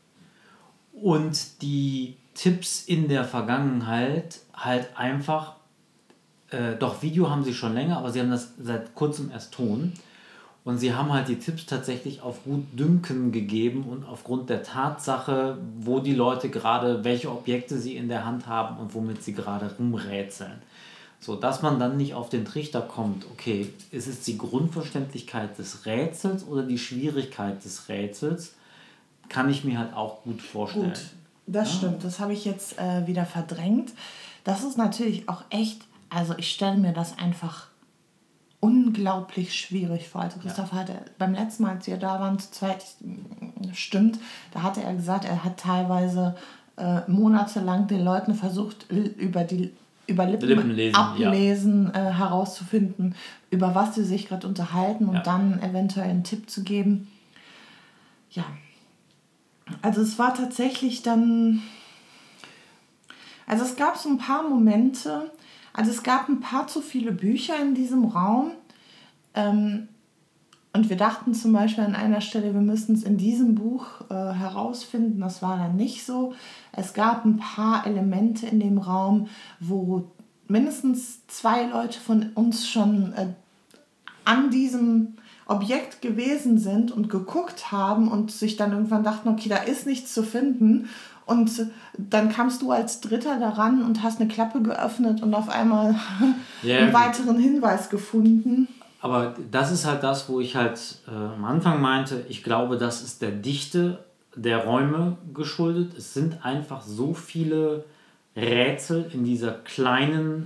und die Tipps in der Vergangenheit halt einfach, doch Video haben sie schon länger, aber sie haben das seit kurzem erst Ton. Und sie haben halt die Tipps tatsächlich auf gut Dünken gegeben und aufgrund der Tatsache, wo die Leute gerade, welche Objekte sie in der Hand haben und womit sie gerade rumrätseln. So, dass man dann nicht auf den Trichter kommt, okay, ist es die Grundverständlichkeit des Rätsels oder die Schwierigkeit des Rätsels, kann ich mir halt auch gut vorstellen. Gut, das stimmt, das habe ich jetzt wieder verdrängt. Das ist natürlich auch echt, also ich stelle mir das einfach unglaublich schwierig vor. Also Christoph hatte beim letzten Mal, als wir da waren, zu zweit, stimmt, da hatte er gesagt, er hat teilweise monatelang den Leuten versucht, über Lippen ablesen, herauszufinden, über was sie sich gerade unterhalten und dann eventuell einen Tipp zu geben. Ja, also es war tatsächlich dann, also es gab so ein paar Momente, also es gab ein paar zu viele Bücher in diesem Raum und wir dachten zum Beispiel an einer Stelle, wir müssten es in diesem Buch herausfinden. Das war dann nicht so. Es gab ein paar Elemente in dem Raum, wo mindestens 2 Leute von uns schon an diesem Objekt gewesen sind und geguckt haben und sich dann irgendwann dachten, okay, da ist nichts zu finden. Und dann kamst du als Dritter daran und hast eine Klappe geöffnet und auf einmal einen weiteren Hinweis gefunden. Aber das ist halt das, wo ich halt am Anfang meinte, ich glaube, das ist der Dichte der Räume geschuldet. Es sind einfach so viele Rätsel in dieser kleinen,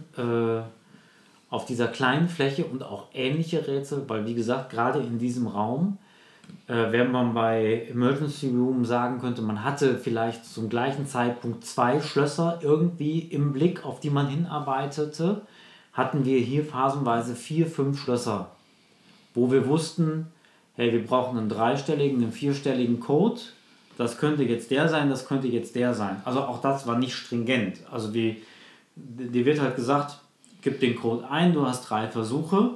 auf dieser kleinen Fläche und auch ähnliche Rätsel, weil wie gesagt, gerade in diesem Raum, wenn man bei Emergency Room sagen könnte, man hatte vielleicht zum gleichen Zeitpunkt 2 Schlösser irgendwie im Blick, auf die man hinarbeitete, hatten wir hier phasenweise 4, 5 Schlösser, wo wir wussten, hey, wir brauchen einen 3-stelligen, einen 4-stelligen Code, das könnte jetzt der sein, das könnte jetzt der sein. Also auch das war nicht stringent. Also dir wird halt gesagt, gib den Code ein, du hast 3 Versuche.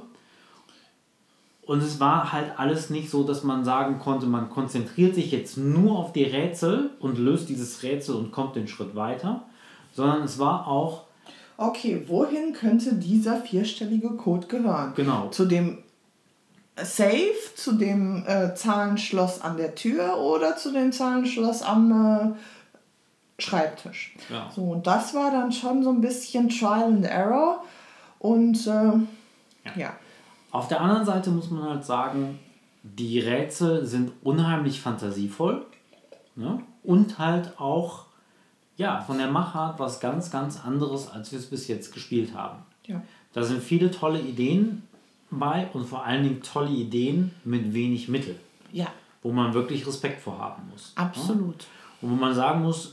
Und es war halt alles nicht so, dass man sagen konnte, man konzentriert sich jetzt nur auf die Rätsel und löst dieses Rätsel und kommt den Schritt weiter, sondern es war auch... Okay, wohin könnte dieser 4-stellige Code gehören? Genau. Zu dem Safe, zu dem Zahlenschloss an der Tür oder zu dem Zahlenschloss am Schreibtisch. Ja. So, und das war dann schon so ein bisschen Trial and Error. Und ja. Auf der anderen Seite muss man halt sagen, die Rätsel sind unheimlich fantasievoll, ne? Und halt auch von der Machart was ganz, ganz anderes, als wir es bis jetzt gespielt haben. Ja. Da sind viele tolle Ideen bei und vor allen Dingen tolle Ideen mit wenig Mittel. Ja. Wo man wirklich Respekt vor haben muss. Absolut. Ne? Und wo man sagen muss,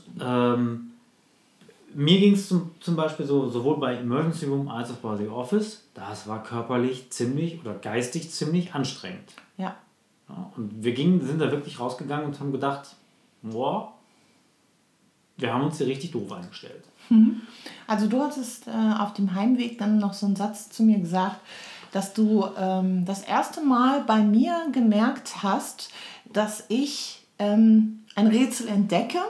mir ging es zum Beispiel so, sowohl bei Emergency Room als auch bei The Office, das war körperlich ziemlich oder geistig ziemlich anstrengend. Ja. Und wir sind da wirklich rausgegangen und haben gedacht, boah, wir haben uns hier richtig doof eingestellt. Also du hattest auf dem Heimweg dann noch so einen Satz zu mir gesagt, dass du das erste Mal bei mir gemerkt hast, dass ich ein Rätsel entdecke,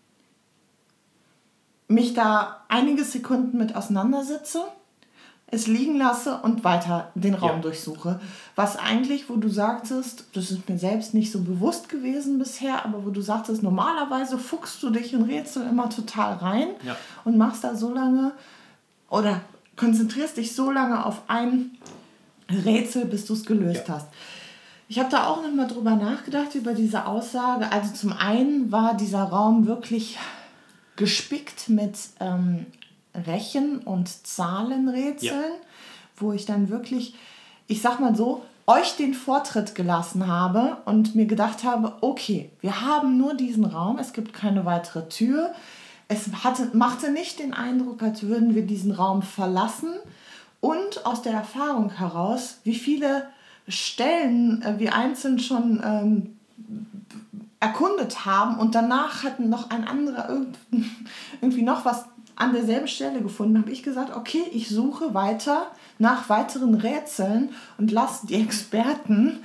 mich da einige Sekunden mit auseinandersetze, es liegen lasse und weiter den Raum durchsuche. Was eigentlich, wo du sagtest, das ist mir selbst nicht so bewusst gewesen bisher, aber wo du sagtest, normalerweise fuchst du dich in Rätsel immer total rein und machst da so lange oder konzentrierst dich so lange auf ein Rätsel, bis du es gelöst hast. Ich habe da auch noch mal drüber nachgedacht, über diese Aussage. Also zum einen war dieser Raum wirklich gespickt mit Rechen- und Zahlenrätseln, wo ich dann wirklich, ich sag mal so, euch den Vortritt gelassen habe und mir gedacht habe, okay, wir haben nur diesen Raum, es gibt keine weitere Tür. Es machte nicht den Eindruck, als würden wir diesen Raum verlassen. Und aus der Erfahrung heraus, wie viele Stellen wir einzeln schon erkundet haben und danach hatten noch ein anderer irgendwie noch was an derselben Stelle gefunden, habe ich gesagt, okay, ich suche weiter nach weiteren Rätseln und lasse die Experten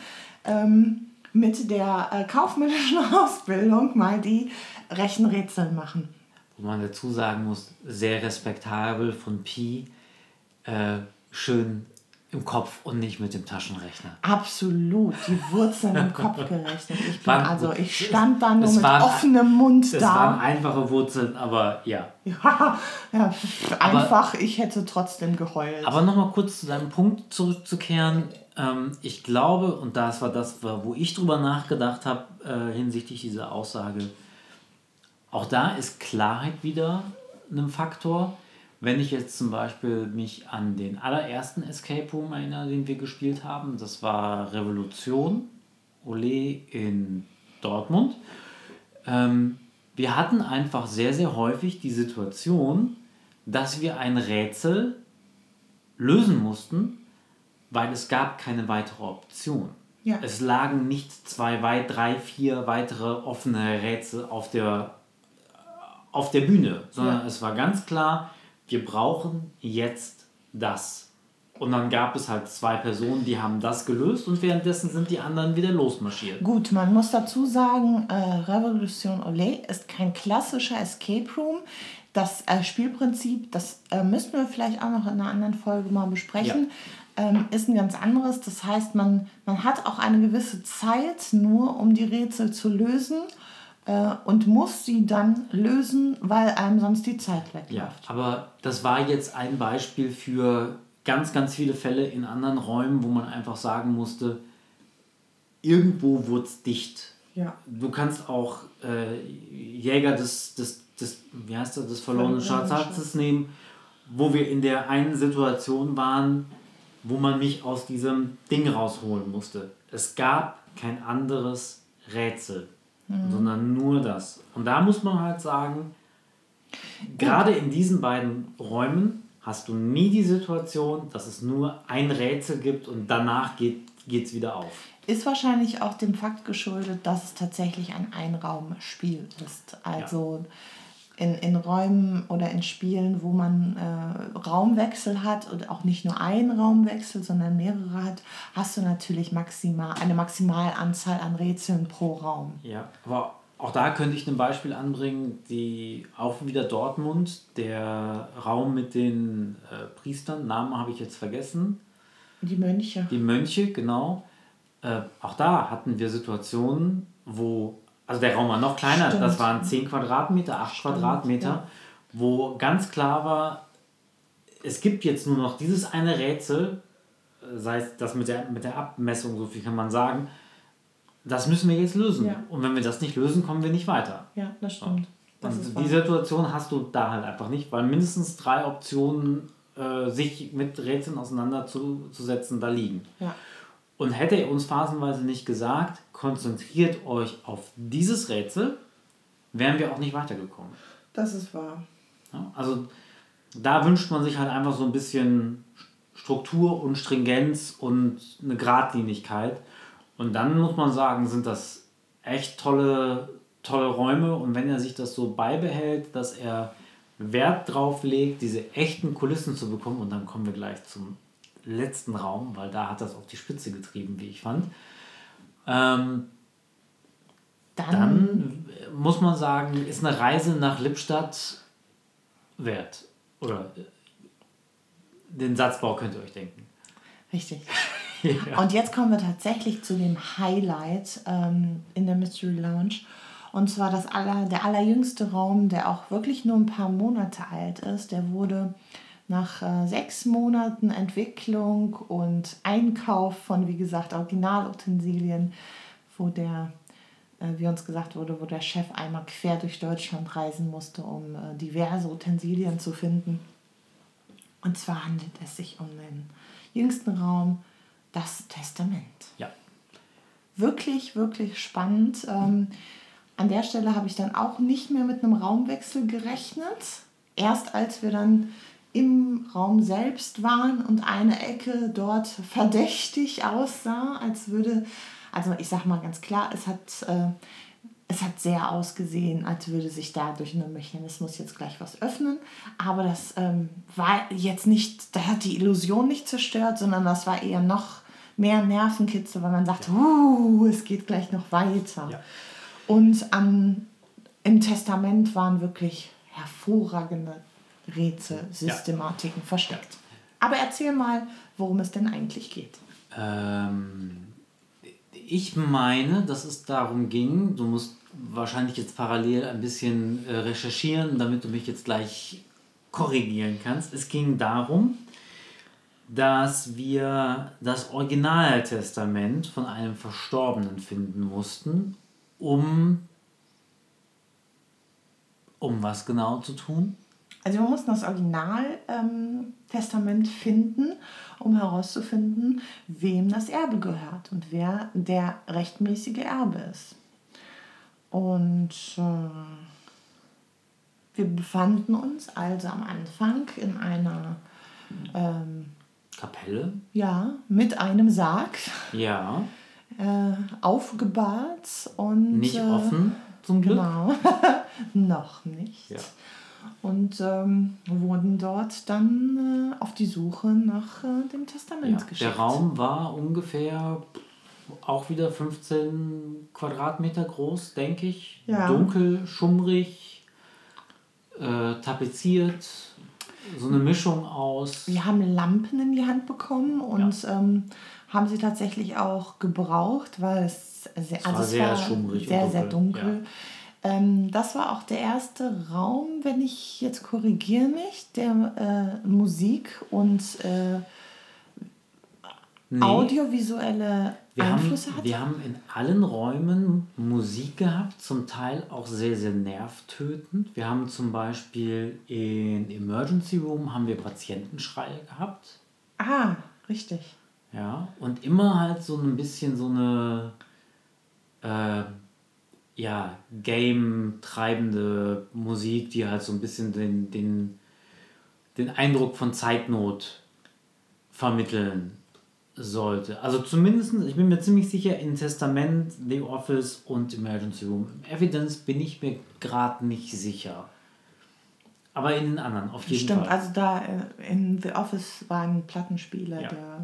mit der kaufmännischen Ausbildung mal die Rechenrätsel machen. Wo man dazu sagen muss, sehr respektabel von Pi, schön im Kopf und nicht mit dem Taschenrechner. Absolut, die Wurzeln im Kopf gerechnet. Ich stand da nur mit offenem Mund da. Das waren einfache Wurzeln, aber ja. Ja, einfach, ich hätte trotzdem geheult. Aber nochmal kurz zu deinem Punkt zurückzukehren. Ich glaube, und das war das, wo ich drüber nachgedacht habe, hinsichtlich dieser Aussage, auch da ist Klarheit wieder ein Faktor. Wenn ich jetzt zum Beispiel mich an den allerersten Escape Room erinnere, den wir gespielt haben, das war Revolution, Olé in Dortmund. Wir hatten einfach sehr, sehr häufig die Situation, dass wir ein Rätsel lösen mussten, weil es gab keine weitere Option. Ja. Es lagen nicht 3, 4 weitere offene Rätsel auf der Bühne, sondern es war ganz klar, wir brauchen jetzt das. Und dann gab es halt 2 Personen, die haben das gelöst und währenddessen sind die anderen wieder losmarschiert. Gut, man muss dazu sagen, Revolution Olé ist kein klassischer Escape Room. Das Spielprinzip, das müssten wir vielleicht auch noch in einer anderen Folge mal besprechen, ist ein ganz anderes. Das heißt, man hat auch eine gewisse Zeit nur, um die Rätsel zu lösen. Und muss sie dann lösen, weil einem sonst die Zeit wegläuft. Ja, aber das war jetzt ein Beispiel für ganz, ganz viele Fälle in anderen Räumen, wo man einfach sagen musste, irgendwo wurde es dicht. Ja. Du kannst auch Jäger des verlorenen Schatzes nehmen, wo wir in der einen Situation waren, wo man mich aus diesem Ding rausholen musste. Es gab kein anderes Rätsel. Sondern nur das. Und da muss man halt sagen, gerade in diesen beiden Räumen hast du nie die Situation, dass es nur ein Rätsel gibt und danach geht's wieder auf. Ist wahrscheinlich auch dem Fakt geschuldet, dass es tatsächlich ein Einraumspiel ist. Also in Räumen oder in Spielen, wo man Raumwechsel hat und auch nicht nur einen Raumwechsel, sondern mehrere hat, hast du natürlich eine Maximalanzahl an Rätseln pro Raum. Ja, aber auch da könnte ich ein Beispiel anbringen, auch wieder Dortmund, der Raum mit den Priestern, Namen habe ich jetzt vergessen. Die Mönche. Die Mönche, genau. Auch da hatten wir Situationen, wo, also der Raum war noch kleiner, Stimmt. Das waren 10 Quadratmeter, 8 Quadratmeter, ja. Wo ganz klar war, es gibt jetzt nur noch dieses eine Rätsel, sei es das mit der Abmessung, so viel kann man sagen, das müssen wir jetzt lösen. Ja. Und wenn wir das nicht lösen, kommen wir nicht weiter. Ja, das stimmt. Das und die Situation hast du da halt einfach nicht, weil mindestens 3 Optionen, sich mit Rätseln auseinanderzusetzen, da liegen. Ja. Und hätte er uns phasenweise nicht gesagt, konzentriert euch auf dieses Rätsel, wären wir auch nicht weitergekommen. Das ist wahr. Ja, also da wünscht man sich halt einfach so ein bisschen Struktur und Stringenz und eine Geradlinigkeit. Und dann muss man sagen, sind das echt tolle Räume. Und wenn er sich das so beibehält, dass er Wert drauf legt, diese echten Kulissen zu bekommen, und dann kommen wir gleich zum letzten Raum, weil da hat das auf die Spitze getrieben, wie ich fand. Dann muss man sagen, ist eine Reise nach Lippstadt wert. Oder den Satzbau könnt ihr euch denken. Richtig. Ja. Und jetzt kommen wir tatsächlich zu dem Highlight in der Mystery Lounge. Und zwar der allerjüngste Raum, der auch wirklich nur ein paar Monate alt ist. Der wurde nach 6 Monaten Entwicklung und Einkauf von, wie gesagt, Originalutensilien, wie uns gesagt wurde, wo der Chef einmal quer durch Deutschland reisen musste, um diverse Utensilien zu finden. Und zwar handelt es sich um den jüngsten Raum, das Testament. Ja. Wirklich, wirklich spannend. An der Stelle habe ich dann auch nicht mehr mit einem Raumwechsel gerechnet. Erst als wir dann im Raum selbst waren und eine Ecke dort verdächtig aussah, als würde, also ich sag mal ganz klar, es hat sehr ausgesehen, als würde sich da durch einen Mechanismus jetzt gleich was öffnen. Aber das war jetzt nicht, da hat die Illusion nicht zerstört, sondern das war eher noch mehr Nervenkitzel, weil man sagt, es geht gleich noch weiter. Ja. Und im Testament waren wirklich hervorragende Rätselsystematiken versteckt. Aber erzähl mal, worum es denn eigentlich geht. Ich meine, dass es darum ging, du musst wahrscheinlich jetzt parallel ein bisschen recherchieren, damit du mich jetzt gleich korrigieren kannst. Es ging darum, dass wir das Originaltestament von einem Verstorbenen finden mussten, um was genau zu tun? Also wir mussten das Originaltestament finden, um herauszufinden, wem das Erbe gehört und wer der rechtmäßige Erbe ist. Und wir befanden uns also am Anfang in einer Kapelle? Ja, mit einem Sarg. Ja. Aufgebahrt und... Nicht offen, zum Glück. Genau, noch nicht. Ja. Und wurden dort dann auf die Suche nach dem Testament geschickt. Der Raum war ungefähr auch wieder 15 Quadratmeter groß, denke ich. Ja. Dunkel, schummrig, tapeziert, so eine Mischung aus... Wir haben Lampen in die Hand bekommen und haben sie tatsächlich auch gebraucht, weil es war sehr schummrig sehr, und sehr dunkel. Ja. Das war auch der erste Raum, wenn ich jetzt korrigiere mich, der Musik und audiovisuelle Einflüsse hatte. Wir haben in allen Räumen Musik gehabt, zum Teil auch sehr, sehr nervtötend. Wir haben zum Beispiel in Emergency Room haben wir Patientenschreie gehabt. Ah, richtig. Ja, und immer halt so ein bisschen so eine game-treibende Musik, die halt so ein bisschen den Eindruck von Zeitnot vermitteln sollte. Also zumindest, ich bin mir ziemlich sicher, in Testament, The Office und Emergency Room. Evidence bin ich mir gerade nicht sicher. Aber in den anderen, auf jeden Fall. Stimmt, also da in The Office war ein Plattenspieler,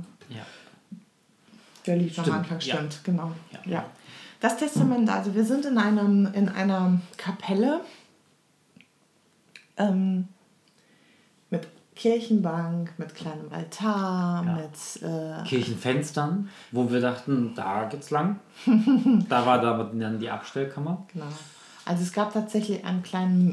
der lief am Anfang, stimmt, genau. Ja. Das Testament, also wir sind in einer Kapelle mit Kirchenbank, mit kleinem Altar, mit Kirchenfenstern, wo wir dachten, da geht's lang. Da war dann die Abstellkammer. Genau. Also es gab tatsächlich einen kleinen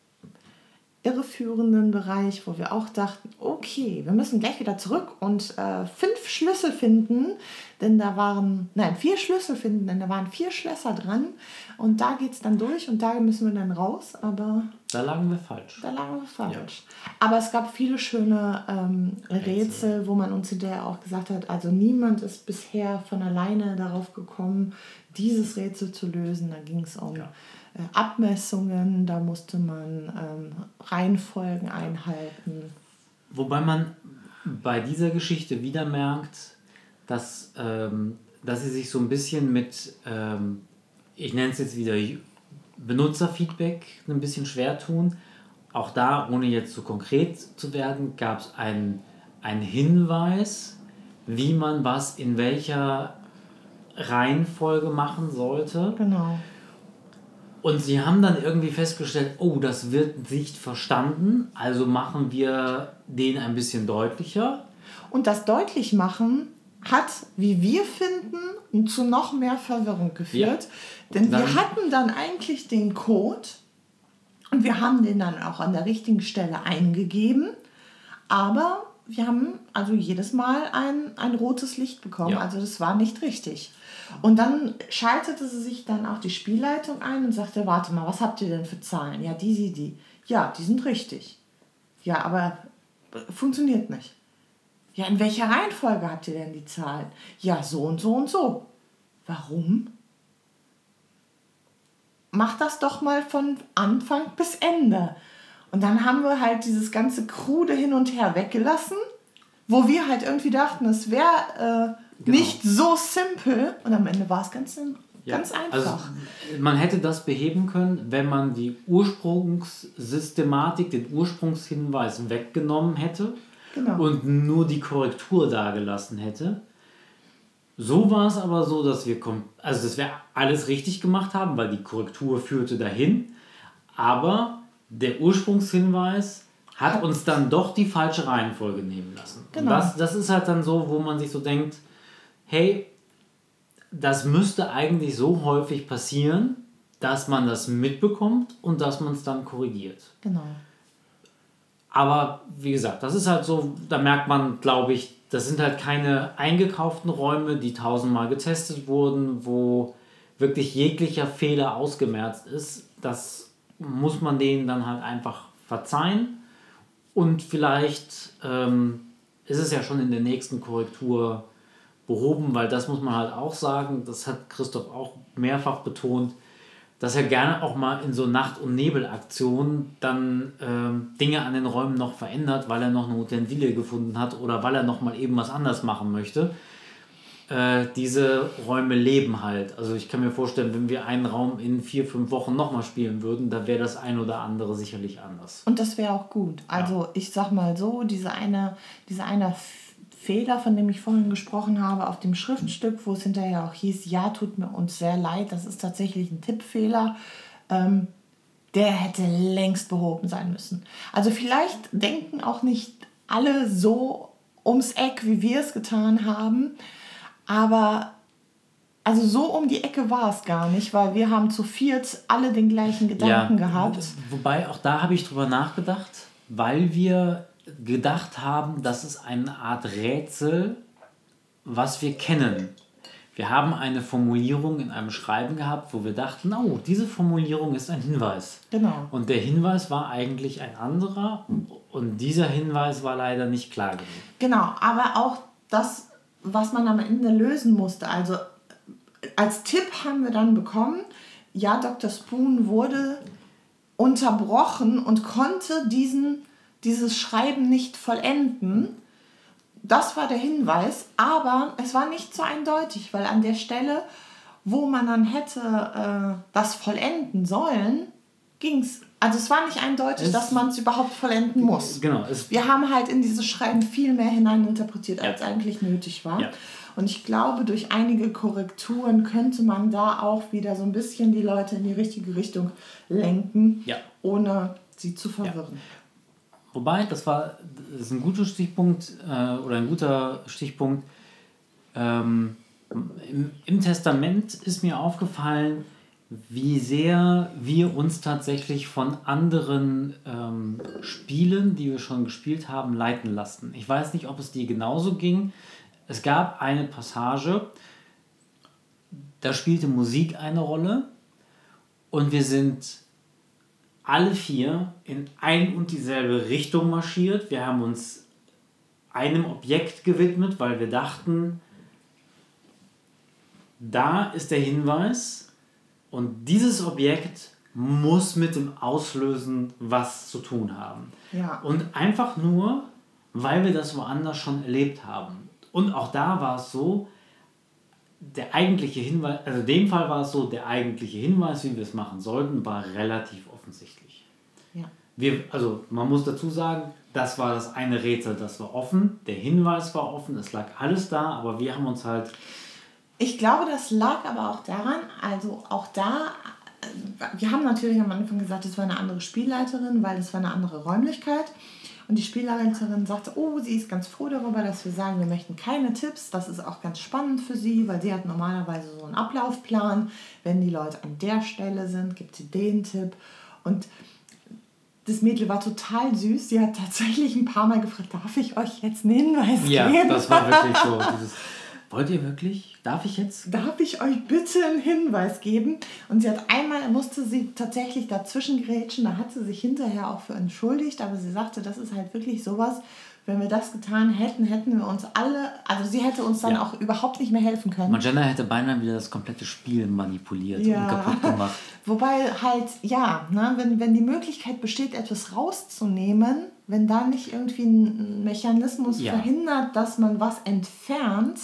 irreführenden Bereich, wo wir auch dachten, okay, wir müssen gleich wieder zurück und 5 Schlüssel finden, denn da waren, 4 Schlüssel finden, denn da waren 4 Schlösser dran und da geht es dann durch und da müssen wir dann raus, aber... Da lagen wir falsch. Ja. Aber es gab viele schöne Rätsel, wo man uns hinterher auch gesagt hat, also niemand ist bisher von alleine darauf gekommen, dieses Rätsel zu lösen. Da ging es um Abmessungen, da musste man Reihenfolgen einhalten. Wobei man bei dieser Geschichte wieder merkt, dass sie sich so ein bisschen mit, ich nenne es jetzt wieder Benutzerfeedback, ein bisschen schwer tun. Auch da, ohne jetzt zu konkret zu werden, gab es einen Hinweis, wie man was in welcher Reihenfolge machen sollte. Genau. Und sie haben dann irgendwie festgestellt, oh, das wird nicht verstanden, also machen wir den ein bisschen deutlicher. Und das deutlich machen hat, wie wir finden, zu noch mehr Verwirrung geführt. Ja. Denn wir hatten dann eigentlich den Code und wir haben den dann auch an der richtigen Stelle eingegeben, aber wir haben also jedes Mal ein rotes Licht bekommen, also das war nicht richtig. Und dann schaltete sie sich dann auch die Spielleitung ein und sagte, warte mal, was habt ihr denn für Zahlen? Ja, die. Ja, die sind richtig. Ja, aber funktioniert nicht. Ja, in welcher Reihenfolge habt ihr denn die Zahlen? Ja, so und so und so. Warum? Mach das doch mal von Anfang bis Ende. Und dann haben wir halt dieses ganze Krude hin und her weggelassen, wo wir halt irgendwie dachten, es wäre nicht so simpel. Und am Ende war es ganz einfach. Also man hätte das beheben können, wenn man die Ursprungssystematik, den Ursprungshinweis weggenommen hätte und nur die Korrektur dagelassen hätte. So war es aber so, dass wir alles richtig gemacht haben, weil die Korrektur führte dahin. Aber der Ursprungshinweis hat uns dann doch die falsche Reihenfolge nehmen lassen. Genau. Und das ist halt dann so, wo man sich so denkt, hey, das müsste eigentlich so häufig passieren, dass man das mitbekommt und dass man es dann korrigiert. Genau. Aber wie gesagt, das ist halt so, da merkt man, glaube ich, das sind halt keine eingekauften Räume, die 1000-mal getestet wurden, wo wirklich jeglicher Fehler ausgemerzt ist. Das muss man denen dann halt einfach verzeihen. Und vielleicht ist es ja schon in der nächsten Korrektur behoben, weil das muss man halt auch sagen, das hat Christoph auch mehrfach betont, dass er gerne auch mal in so Nacht- und Nebelaktionen dann Dinge an den Räumen noch verändert, weil er noch eine Utensilie gefunden hat oder weil er noch mal eben was anders machen möchte. Diese Räume leben halt. Also ich kann mir vorstellen, wenn wir einen Raum in 4-5 Wochen nochmal spielen würden, da wäre das ein oder andere sicherlich anders. Und das wäre auch gut. Also ich sag mal so, dieser eine Fehler, von dem ich vorhin gesprochen habe, auf dem Schriftstück, wo es hinterher auch hieß, ja, tut mir uns sehr leid, das ist tatsächlich ein Tippfehler, der hätte längst behoben sein müssen. Also vielleicht denken auch nicht alle so ums Eck, wie wir es getan haben, aber also so um die Ecke war es gar nicht, weil wir haben zu viert alle den gleichen Gedanken gehabt. Wobei, auch da habe ich drüber nachgedacht, weil wir gedacht haben, das ist eine Art Rätsel, was wir kennen. Wir haben eine Formulierung in einem Schreiben gehabt, wo wir dachten, oh, diese Formulierung ist ein Hinweis. Genau. Und der Hinweis war eigentlich ein anderer und dieser Hinweis war leider nicht klar genug. Genau, aber auch das, was man am Ende lösen musste. Also als Tipp haben wir dann bekommen, ja, Dr. Spoon wurde unterbrochen und konnte dieses Schreiben nicht vollenden. Das war der Hinweis, aber es war nicht so eindeutig, weil an der Stelle, wo man dann hätte das vollenden sollen, ging es. Also es war nicht eindeutig, dass man es überhaupt vollenden muss. Genau. Wir haben halt in dieses Schreiben viel mehr hineininterpretiert, als eigentlich nötig war. Ja. Und ich glaube, durch einige Korrekturen könnte man da auch wieder so ein bisschen die Leute in die richtige Richtung lenken, ohne sie zu verwirren. Ja. Wobei, das ist ein guter Stichpunkt oder ein guter Stichpunkt. Im Testament ist mir aufgefallen, wie sehr wir uns tatsächlich von anderen Spielen, die wir schon gespielt haben, leiten lassen. Ich weiß nicht, ob es dir genauso ging. Es gab eine Passage, da spielte Musik eine Rolle und wir sind alle 4 in ein und dieselbe Richtung marschiert. Wir haben uns einem Objekt gewidmet, weil wir dachten, da ist der Hinweis und dieses Objekt muss mit dem Auslösen was zu tun haben. Ja. Und einfach nur, weil wir das woanders schon erlebt haben. Und auch da war es so, der eigentliche Hinweis, also in dem Fall war es so, der eigentliche Hinweis, wie wir es machen sollten, war relativ offensichtlich. Ja. Also man muss dazu sagen, das war das eine Rätsel, das war offen, der Hinweis war offen, es lag alles da, aber wir haben uns halt... Ich glaube, das lag aber auch daran, also auch da, wir haben natürlich am Anfang gesagt, es war eine andere Spielleiterin, weil es war eine andere Räumlichkeit. Und die Spielleiterin sagte, oh, sie ist ganz froh darüber, dass wir sagen, wir möchten keine Tipps. Das ist auch ganz spannend für sie, weil sie hat normalerweise so einen Ablaufplan. Wenn die Leute an der Stelle sind, gibt sie den Tipp. Und das Mädel war total süß. Sie hat tatsächlich ein paar Mal gefragt, darf ich euch jetzt einen Hinweis geben? Ja, das war wirklich so. Wollt ihr wirklich? Darf ich jetzt? Darf ich euch bitte einen Hinweis geben? Und musste sie tatsächlich dazwischen grätschen, da hat sie sich hinterher auch für entschuldigt, aber sie sagte, das ist halt wirklich sowas, wenn wir das getan hätten, hätten wir uns alle, also sie hätte uns dann auch überhaupt nicht mehr helfen können. Magenta hätte beinahe wieder das komplette Spiel manipuliert und kaputt gemacht. Wobei halt, wenn die Möglichkeit besteht, etwas rauszunehmen, wenn da nicht irgendwie ein Mechanismus verhindert, dass man was entfernt,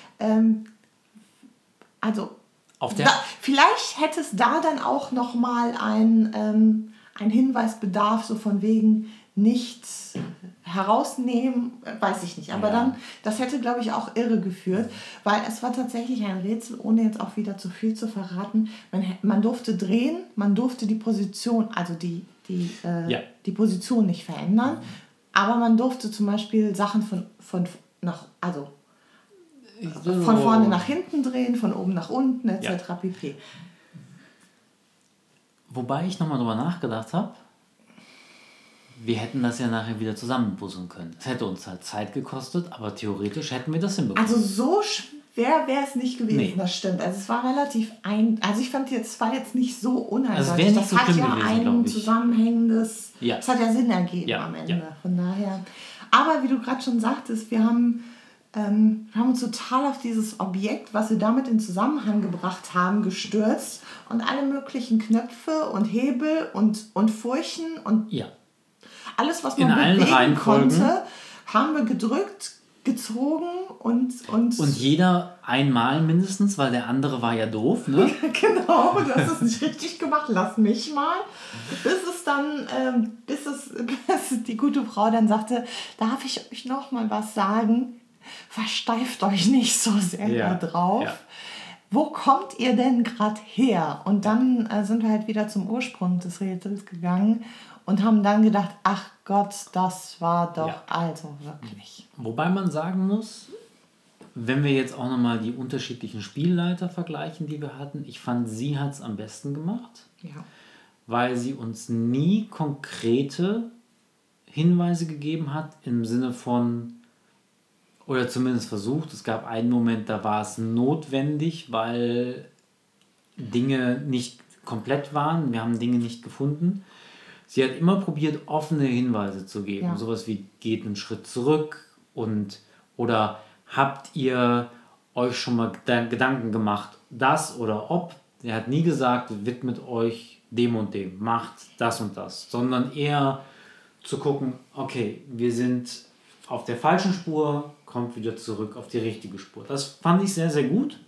vielleicht hätte es da dann auch nochmal ein Hinweisbedarf, so von wegen nichts herausnehmen, weiß ich nicht. Aber dann, das hätte, glaube ich, auch irre geführt, weil es war tatsächlich ein Rätsel, ohne jetzt auch wieder zu viel zu verraten. Man durfte drehen, man durfte die Position, also die Position nicht verändern, aber man durfte zum Beispiel Sachen von vorne nach hinten drehen, von oben nach unten, etc. pp. Wobei ich nochmal drüber nachgedacht habe, wir hätten das ja nachher wieder zusammenpuzzeln können. Es hätte uns halt Zeit gekostet, aber theoretisch hätten wir das hinbekommen. Also so schwer wäre es nicht gewesen, das stimmt. Also es war relativ also ich fand es war jetzt nicht so uneindeutig. Also das so hat ja gewesen, ein zusammenhängendes, es hat ja Sinn ergeben am Ende. Von daher. Aber wie du gerade schon sagtest, wir haben uns total auf dieses Objekt, was wir damit in Zusammenhang gebracht haben, gestürzt und alle möglichen Knöpfe und Hebel und Furchen und alles, was man bewegen konnte, haben wir gedrückt, gezogen und jeder einmal mindestens, weil der andere war ja doof, ne? Genau, du hast es nicht richtig gemacht, lass mich mal. Bis die gute Frau dann sagte, darf ich euch noch mal was sagen? Versteift euch nicht so sehr da drauf. Ja. Wo kommt ihr denn gerade her? Und dann sind wir halt wieder zum Ursprung des Rätsels gegangen und haben dann gedacht, ach Gott, das war doch also wirklich. Wobei man sagen muss, wenn wir jetzt auch nochmal die unterschiedlichen Spielleiter vergleichen, die wir hatten, ich fand, sie hat es am besten gemacht, weil sie uns nie konkrete Hinweise gegeben hat im Sinne von, oder zumindest versucht, es gab einen Moment, da war es notwendig, weil Dinge nicht komplett waren, wir haben Dinge nicht gefunden. Sie hat immer probiert, offene Hinweise zu geben. Sowas wie, geht einen Schritt zurück oder habt ihr euch schon mal Gedanken gemacht, das oder ob. Er hat nie gesagt, widmet euch dem und dem, macht das und das, sondern eher zu gucken, okay, wir sind auf der falschen Spur, kommt wieder zurück auf die richtige Spur. Das fand ich sehr, sehr gut.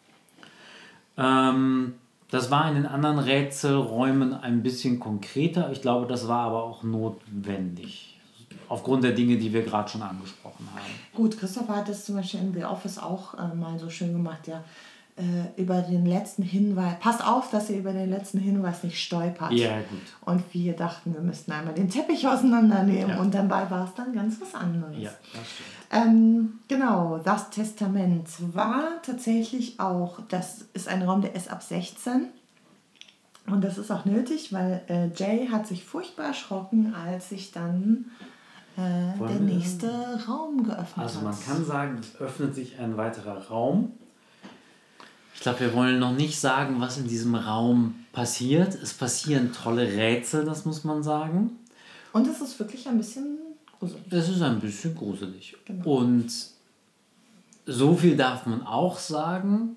Das war in den anderen Rätselräumen ein bisschen konkreter. Ich glaube, das war aber auch notwendig. Aufgrund der Dinge, die wir gerade schon angesprochen haben. Gut, Christopher hat das zum Beispiel in The Office auch mal so schön gemacht, über den letzten Hinweis. Passt auf, dass ihr über den letzten Hinweis nicht stolpert. Ja, gut. Und wir dachten, wir müssten einmal den Teppich auseinandernehmen und dabei war es dann ganz was anderes. Ja, das stimmt. Genau, das Testament war tatsächlich auch, das ist ein Raum, der ist ab 16. Und das ist auch nötig, weil Jay hat sich furchtbar erschrocken, als sich dann der nächste Raum geöffnet hat. Also man kann sagen, es öffnet sich ein weiterer Raum. Ich glaube, wir wollen noch nicht sagen, was in diesem Raum passiert. Es passieren tolle Rätsel, das muss man sagen. Und es ist wirklich ein bisschen gruselig. Es ist ein bisschen gruselig. Genau. Und so viel darf man auch sagen,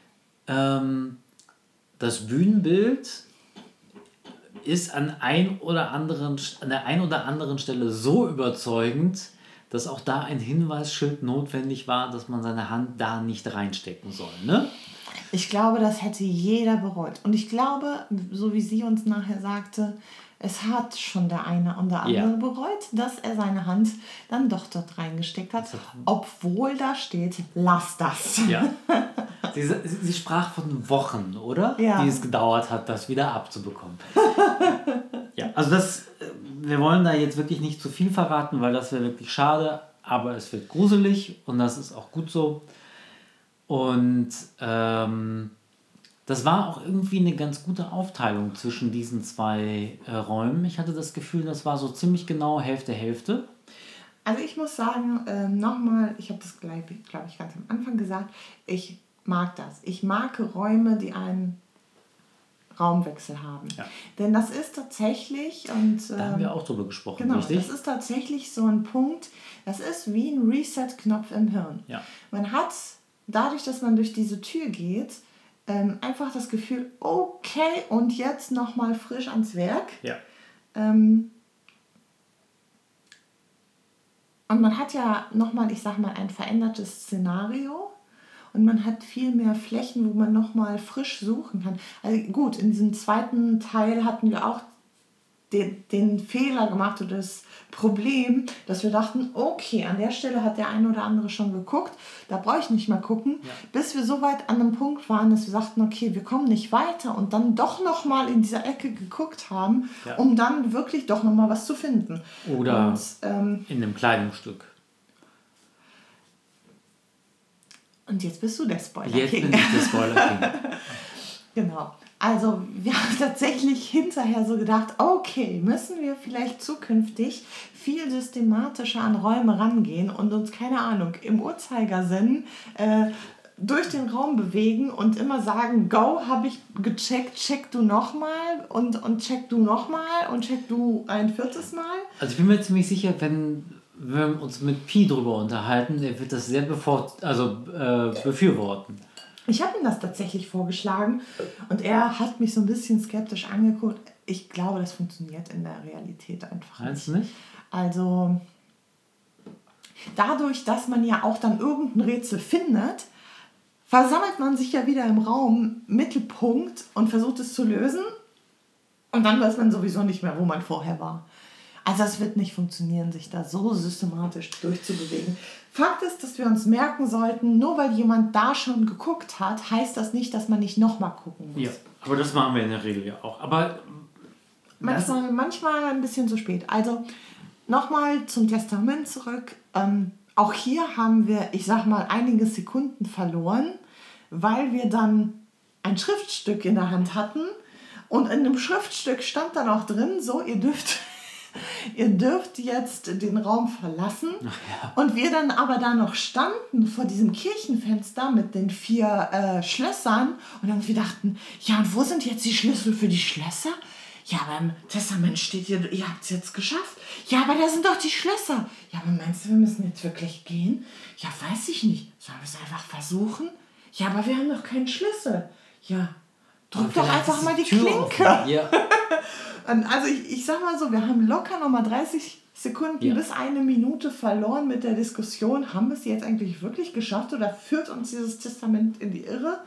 das Bühnenbild ist an der ein oder anderen Stelle so überzeugend, dass auch da ein Hinweisschild notwendig war, dass man seine Hand da nicht reinstecken soll. Ne? Ich glaube, das hätte jeder bereut. Und ich glaube, so wie sie uns nachher sagte, es hat schon der eine und der andere bereut, dass er seine Hand dann doch dort reingesteckt hat, obwohl da steht, lass das. Ja. Sie sprach von Wochen, oder? Ja. Die es gedauert hat, das wieder abzubekommen. Ja, also wir wollen da jetzt wirklich nicht zu viel verraten, weil das wäre wirklich schade, aber es wird gruselig und das ist auch gut so. Und das war auch irgendwie eine ganz gute Aufteilung zwischen diesen zwei Räumen. Ich hatte das Gefühl, das war so ziemlich genau Hälfte. Also ich muss sagen, nochmal, ich habe das, glaube ich, ganz am Anfang gesagt, ich mag das. Ich mag Räume, die einen Raumwechsel haben. Ja. Denn das ist tatsächlich, und Da haben wir auch drüber gesprochen, genau, richtig? das ist tatsächlich so ein Punkt, das ist wie ein Reset-Knopf im Hirn. Ja. Man hat, dadurch, dass man durch diese Tür geht, einfach das Gefühl, okay, und jetzt nochmal frisch ans Werk. Ja. Und man hat ja nochmal, ich sag mal, ein verändertes Szenario. Und man hat viel mehr Flächen, wo man nochmal frisch suchen kann. Also gut, in diesem zweiten Teil hatten wir auch den Fehler gemacht oder das Problem, dass wir dachten, okay, an der Stelle hat der eine oder andere schon geguckt, da brauche ich nicht mehr gucken, bis wir so weit an einem Punkt waren, dass wir sagten, okay, wir kommen nicht weiter und dann doch nochmal in dieser Ecke geguckt haben, um dann wirklich doch nochmal was zu finden. Oder und, in einem Kleidungsstück. Und jetzt bist du der Spoiler-King. Jetzt bin ich der Spoiler-King. Genau. Also wir haben tatsächlich hinterher so gedacht, okay, müssen wir vielleicht zukünftig viel systematischer an Räume rangehen und uns, keine Ahnung, im Uhrzeigersinn durch den Raum bewegen und immer sagen, go, habe ich gecheckt, check du nochmal und check du nochmal und check du ein viertes Mal. Also ich bin mir ziemlich sicher, wenn wir uns mit Pi drüber unterhalten, er wird das sehr befürworten. Ich habe ihm das tatsächlich vorgeschlagen und er hat mich so ein bisschen skeptisch angeguckt. Ich glaube, das funktioniert in der Realität einfach Meinst du nicht? Also dadurch, dass man ja auch dann irgendein Rätsel findet, versammelt man sich ja wieder im Raum, Mittelpunkt, und versucht es zu lösen. Und dann weiß man sowieso nicht mehr, wo man vorher war. Also es wird nicht funktionieren, sich da so systematisch durchzubewegen. Fakt ist, dass wir uns merken sollten, nur weil jemand da schon geguckt hat, heißt das nicht, dass man nicht nochmal gucken muss. Ja, aber das machen wir in der Regel ja auch. Aber manchmal ein bisschen zu spät. Also nochmal zum Testament zurück. Auch hier haben wir, ich sag mal, einige Sekunden verloren, weil wir dann ein Schriftstück in der Hand hatten und in dem Schriftstück stand dann auch drin, so, ihr dürft jetzt den Raum verlassen. Ja. Und wir dann aber da noch standen vor diesem Kirchenfenster mit den 4 Schlössern und dann wir dachten, ja, und wo sind jetzt die Schlüssel für die Schlösser? Ja, beim Testament steht hier, ihr habt es jetzt geschafft. Ja, aber da sind doch die Schlösser. Ja, aber meinst du, wir müssen jetzt wirklich gehen? Ja, weiß ich nicht. Sollen wir es einfach versuchen? Ja, aber wir haben doch keinen Schlüssel. Ja, drück doch einfach mal die Klinke. Ja. Also ich sag mal so, wir haben locker nochmal 30 Sekunden bis 1 Minute verloren mit der Diskussion. Haben wir es jetzt eigentlich wirklich geschafft oder führt uns dieses Testament in die Irre?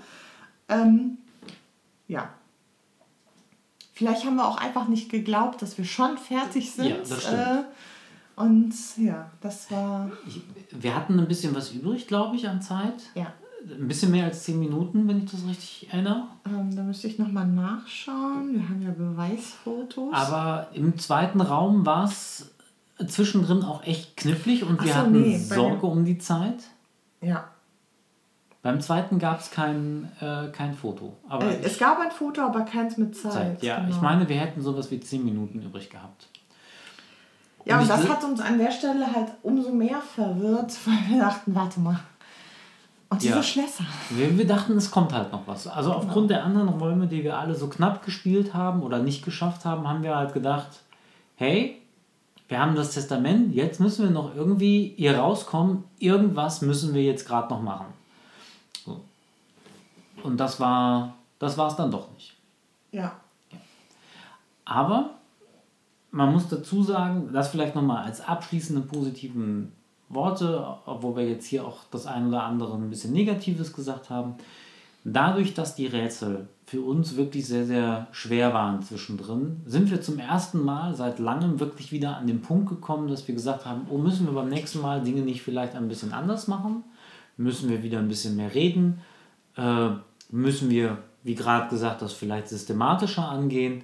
Ja. Vielleicht haben wir auch einfach nicht geglaubt, dass wir schon fertig sind. Ja, das stimmt. Und ja, das war... Wir hatten ein bisschen was übrig, glaube ich, an Zeit. Ja. Ein bisschen mehr als 10 Minuten, wenn ich das richtig erinnere. Da müsste ich nochmal nachschauen. Wir haben ja Beweisfotos. Aber im zweiten Raum war es zwischendrin auch echt knifflig und wir hatten Sorge um die Zeit. Ja. Beim zweiten gab es kein Foto. Aber es gab ein Foto, aber keins mit Zeit. Ja, genau. Ich meine, wir hätten sowas wie 10 Minuten übrig gehabt. Ja, und das hat uns an der Stelle halt umso mehr verwirrt, weil wir dachten, warte mal. Und diese Schlösser. Wir dachten, es kommt halt noch was. Also aufgrund der anderen Räume, die wir alle so knapp gespielt haben oder nicht geschafft haben, haben wir halt gedacht, hey, wir haben das Testament, jetzt müssen wir noch irgendwie hier rauskommen, irgendwas müssen wir jetzt gerade noch machen. So. Und das war es dann doch nicht. Ja. Aber man muss dazu sagen, das vielleicht nochmal als abschließende positiven Worte, obwohl wir jetzt hier auch das ein oder andere ein bisschen Negatives gesagt haben. Dadurch, dass die Rätsel für uns wirklich sehr, sehr schwer waren zwischendrin, sind wir zum ersten Mal seit langem wirklich wieder an den Punkt gekommen, dass wir gesagt haben, oh, müssen wir beim nächsten Mal Dinge nicht vielleicht ein bisschen anders machen? Müssen wir wieder ein bisschen mehr reden? Müssen wir, wie gerade gesagt, das vielleicht systematischer angehen?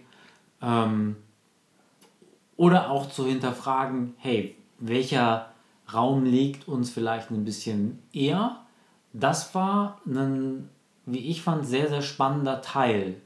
Oder auch zu hinterfragen, hey, welcher Raum liegt uns vielleicht ein bisschen eher? Das war ein, wie ich fand, sehr, sehr spannender Teil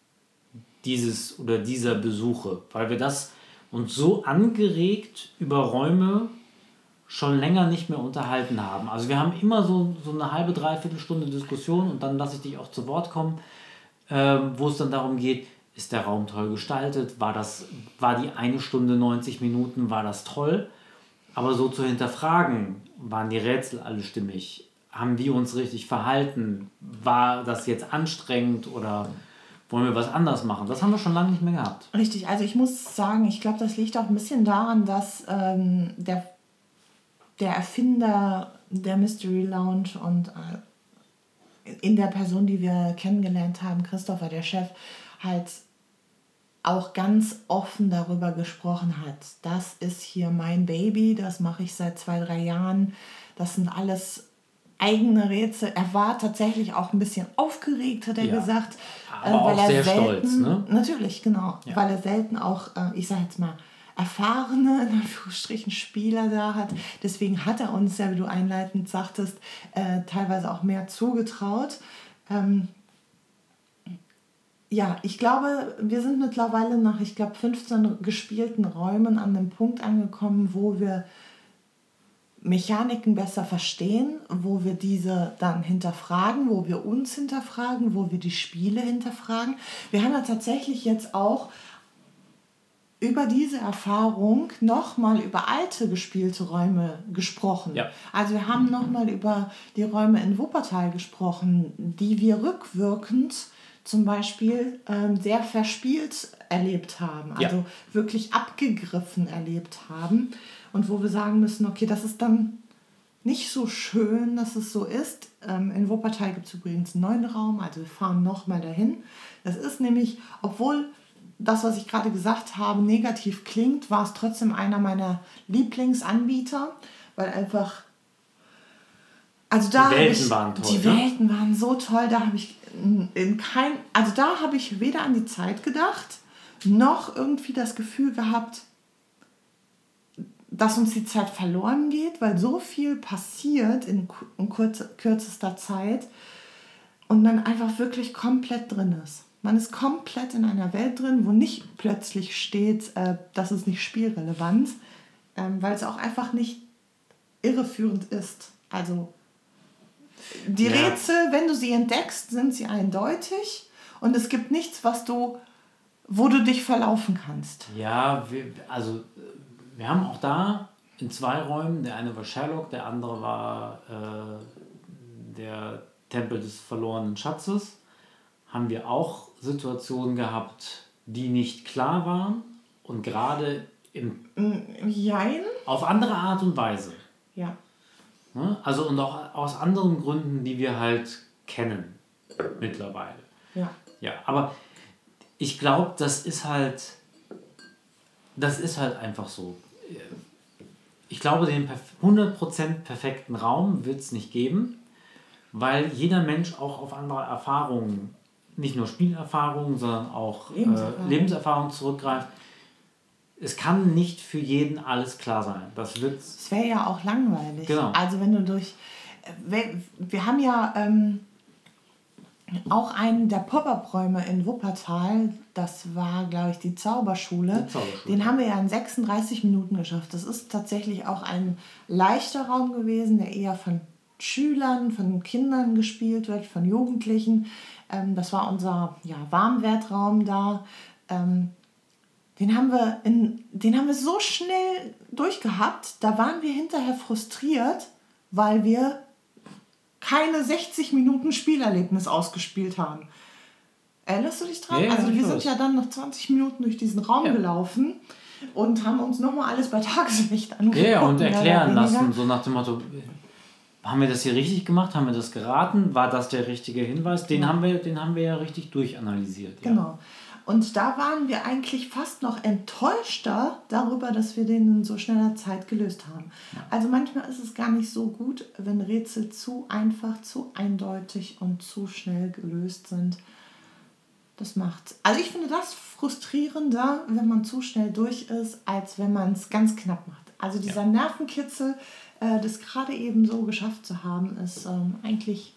dieser Besuche, weil wir das uns so angeregt über Räume schon länger nicht mehr unterhalten haben. Also wir haben immer so eine halbe, dreiviertel Stunde Diskussion und dann lasse ich dich auch zu Wort kommen, wo es dann darum geht, ist der Raum toll gestaltet, war die 1 Stunde 90 Minuten, war das toll? Aber so zu hinterfragen, waren die Rätsel alle stimmig? Haben wir uns richtig verhalten? War das jetzt anstrengend oder wollen wir was anders machen? Das haben wir schon lange nicht mehr gehabt. Richtig, also ich muss sagen, ich glaube, das liegt auch ein bisschen daran, dass der Erfinder der Mystery Lounge und in der Person, die wir kennengelernt haben, Christopher, der Chef, halt auch ganz offen darüber gesprochen hat. Das ist hier mein Baby, das mache ich seit 2, 3 Jahren. Das sind alles eigene Rätsel. Er war tatsächlich auch ein bisschen aufgeregt, hat er gesagt. Aber weil auch er sehr selten, stolz, ne? Natürlich, genau. Ja. Weil er selten auch, ich sage jetzt mal, erfahrene, in Anführungsstrichen, Spieler da hat. Deswegen hat er uns, ja, wie du einleitend sagtest, teilweise auch mehr zugetraut. Ja, ich glaube, wir sind mittlerweile nach, 15 gespielten Räumen an einem Punkt angekommen, wo wir Mechaniken besser verstehen, wo wir diese dann hinterfragen, wo wir uns hinterfragen, wo wir die Spiele hinterfragen. Wir haben ja tatsächlich jetzt auch über diese Erfahrung nochmal über alte gespielte Räume gesprochen. Ja. Also wir haben nochmal über die Räume in Wuppertal gesprochen, die wir rückwirkend zum Beispiel sehr verspielt erlebt haben, also wirklich abgegriffen erlebt haben und wo wir sagen müssen, okay, das ist dann nicht so schön, dass es so ist. In Wuppertal gibt es übrigens einen neuen Raum, also wir fahren nochmal dahin. Das ist nämlich, obwohl das, was ich gerade gesagt habe, negativ klingt, war es trotzdem einer meiner Lieblingsanbieter, weil einfach, also da die Welten waren toll. Die Welten waren so toll, da habe ich da habe ich weder an die Zeit gedacht, noch irgendwie das Gefühl gehabt, dass uns die Zeit verloren geht, weil so viel passiert in kürzester Zeit und man einfach wirklich komplett drin ist. Man ist komplett in einer Welt drin, wo nicht plötzlich steht, das ist nicht spielrelevant, weil es auch einfach nicht irreführend ist. Also die Rätsel, wenn du sie entdeckst, sind sie eindeutig und es gibt nichts, wo du dich verlaufen kannst. Ja, wir haben auch da in 2 Räumen, der eine war Sherlock, der andere war der Tempel des verlorenen Schatzes, haben wir auch Situationen gehabt, die nicht klar waren und gerade auf andere Art und Weise. Ja. Also und auch aus anderen Gründen, die wir halt kennen mittlerweile. Ja. Ja, aber ich glaube, das ist halt einfach so. Ich glaube, den 100% perfekten Raum wird es nicht geben, weil jeder Mensch auch auf andere Erfahrungen, nicht nur Spielerfahrungen, sondern auch Lebenserfahrungen zurückgreift. Es kann nicht für jeden alles klar sein. Das wäre ja auch langweilig. Genau. Also wenn du wir haben ja auch einen der Pop-Up-Räume in Wuppertal, das war, glaube ich, die Zauberschule. Den haben wir ja in 36 Minuten geschafft. Das ist tatsächlich auch ein leichter Raum gewesen, der eher von Schülern, von Kindern gespielt wird, von Jugendlichen. Das war unser Warmwertraum da. Den haben wir so schnell durchgehabt, da waren wir hinterher frustriert, weil wir keine 60 Minuten Spielerlebnis ausgespielt haben. Erinnerst du dich dran? Ja, also wir sind ja dann noch 20 Minuten durch diesen Raum gelaufen und haben uns nochmal alles bei Tageslicht angeguckt. Ja, und erklären lassen, so nach dem Motto, haben wir das hier richtig gemacht? Haben wir das geraten? War das der richtige Hinweis? Den haben wir ja richtig durchanalysiert. Ja. Genau. Und da waren wir eigentlich fast noch enttäuschter darüber, dass wir den in so schneller Zeit gelöst haben. Ja. Also manchmal ist es gar nicht so gut, wenn Rätsel zu einfach, zu eindeutig und zu schnell gelöst sind. Also ich finde das frustrierender, wenn man zu schnell durch ist, als wenn man es ganz knapp macht. Also dieser Nervenkitzel, das gerade eben so geschafft zu haben, ist eigentlich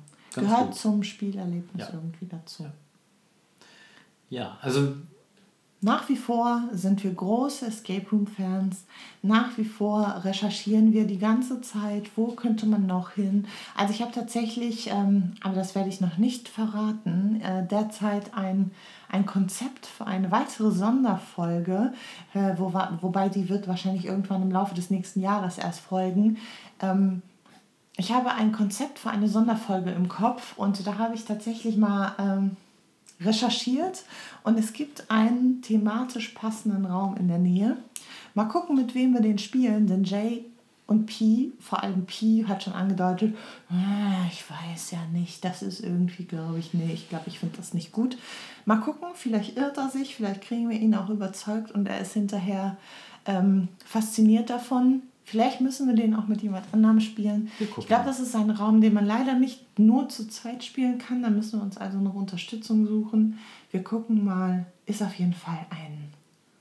gehört zum Spielerlebnis irgendwie dazu. Ja, also Nach wie vor sind wir große Escape Room-Fans. Nach wie vor recherchieren wir die ganze Zeit, wo könnte man noch hin. Also ich habe tatsächlich, aber das werde ich noch nicht verraten, derzeit ein Konzept für eine weitere Sonderfolge, wobei die wird wahrscheinlich irgendwann im Laufe des nächsten Jahres erst folgen. Ich habe ein Konzept für eine Sonderfolge im Kopf und da habe ich tatsächlich mal recherchiert und es gibt einen thematisch passenden Raum in der Nähe. Mal gucken, mit wem wir den spielen, denn Jay und Pi, vor allem Pi, hat schon angedeutet, ich weiß ja nicht, das ist irgendwie, glaube ich, nee, ich glaube, ich finde das nicht gut. Mal gucken, vielleicht irrt er sich, vielleicht kriegen wir ihn auch überzeugt und er ist hinterher fasziniert davon. Vielleicht müssen wir den auch mit jemand anderem spielen. Ich glaube, das ist ein Raum, den man leider nicht nur zu zweit spielen kann. Da müssen wir uns also noch Unterstützung suchen. Wir gucken mal. Ist auf jeden Fall ein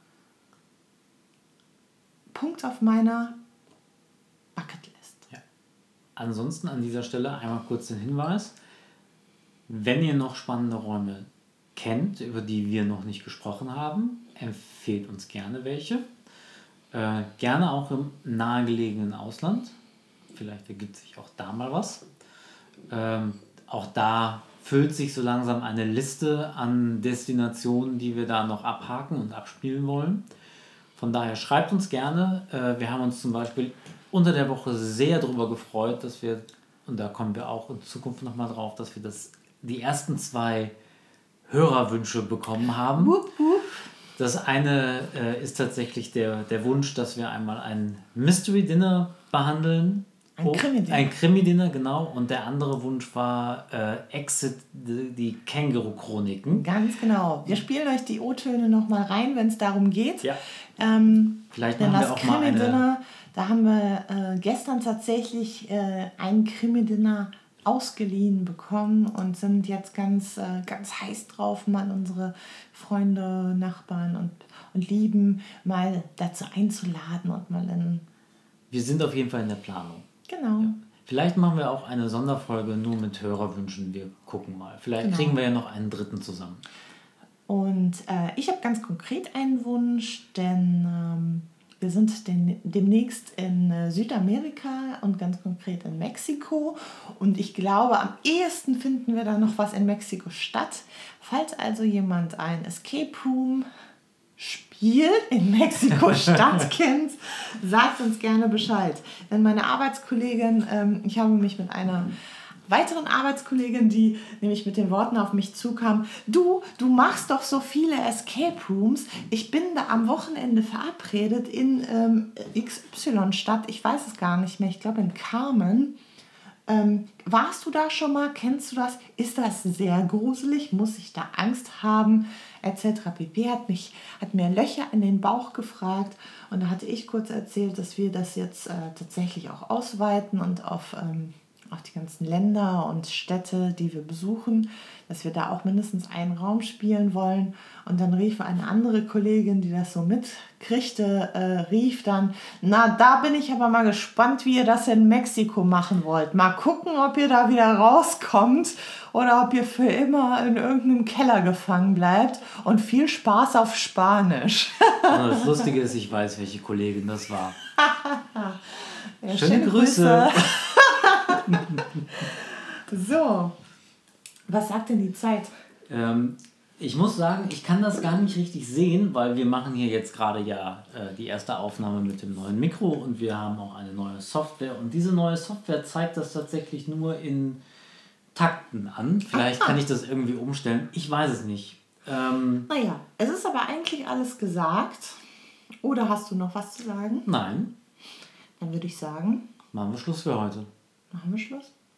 Punkt auf meiner Bucketlist. Ja. Ansonsten an dieser Stelle einmal kurz den Hinweis. Wenn ihr noch spannende Räume kennt, über die wir noch nicht gesprochen haben, empfehlt uns gerne welche. Gerne auch im nahegelegenen Ausland. Vielleicht ergibt sich auch da mal was. Auch da füllt sich so langsam eine Liste an Destinationen, die wir da noch abhaken und abspielen wollen. Von daher schreibt uns gerne. Wir haben uns zum Beispiel unter der Woche sehr darüber gefreut, dass wir, und da kommen wir auch in Zukunft nochmal drauf, dass wir die ersten 2 Hörerwünsche bekommen haben. Wupp, wupp. Das eine ist tatsächlich der Wunsch, dass wir einmal ein Mystery Dinner behandeln. Ein Krimi-Dinner, genau. Und der andere Wunsch war Exit, die Känguru-Chroniken. Ganz genau. Wir spielen euch die O-Töne nochmal rein, wenn es darum geht. Ja. Vielleicht denn machen wir das auch mal Krimi-Dinner, da haben wir gestern tatsächlich ein Krimi-Dinner ausgeliehen bekommen und sind jetzt ganz heiß drauf, mal unsere Freunde, Nachbarn und Lieben mal dazu einzuladen und mal in... Wir sind auf jeden Fall in der Planung. Genau. Ja. Vielleicht machen wir auch eine Sonderfolge nur mit Hörerwünschen. Wir gucken mal. Vielleicht kriegen wir ja noch einen dritten zusammen. Und ich habe ganz konkret einen Wunsch, denn wir sind demnächst in Südamerika und ganz konkret in Mexiko. Und ich glaube, am ehesten finden wir da noch was in Mexiko statt. Falls also jemand ein Escape Room Spiel in Mexiko-Stadt kennt, sagt uns gerne Bescheid. Denn meine Arbeitskollegin, ich habe mich mit einer weiteren Arbeitskollegin, die nämlich mit den Worten auf mich zukam, du machst doch so viele Escape Rooms, ich bin da am Wochenende verabredet in XY-Stadt, ich weiß es gar nicht mehr, ich glaube in Carmen. Warst du da schon mal? Kennst du das? Ist das sehr gruselig? Muss ich da Angst haben? Etc. pp. Hat mir Löcher in den Bauch gefragt und da hatte ich kurz erzählt, dass wir das jetzt tatsächlich auch ausweiten und auf die ganzen Länder und Städte, die wir besuchen, dass wir da auch mindestens einen Raum spielen wollen. Und dann rief eine andere Kollegin, die das so mitkriegte, rief dann, na, da bin ich aber mal gespannt, wie ihr das in Mexiko machen wollt. Mal gucken, ob ihr da wieder rauskommt oder ob ihr für immer in irgendeinem Keller gefangen bleibt. Und viel Spaß auf Spanisch. Und das Lustige ist, ich weiß, welche Kollegin das war. Ja, schöne Grüße. So, was sagt denn die Zeit? Ich muss sagen, ich kann das gar nicht richtig sehen, weil wir machen hier jetzt gerade die erste Aufnahme mit dem neuen Mikro und wir haben auch eine neue Software und diese neue Software zeigt das tatsächlich nur in Takten an. Vielleicht kann ich das irgendwie umstellen. Ich weiß es nicht. Naja, es ist aber eigentlich alles gesagt. Oder hast du noch was zu sagen? Nein. Dann würde ich sagen... Machen wir Schluss für heute. Machen wir Schluss?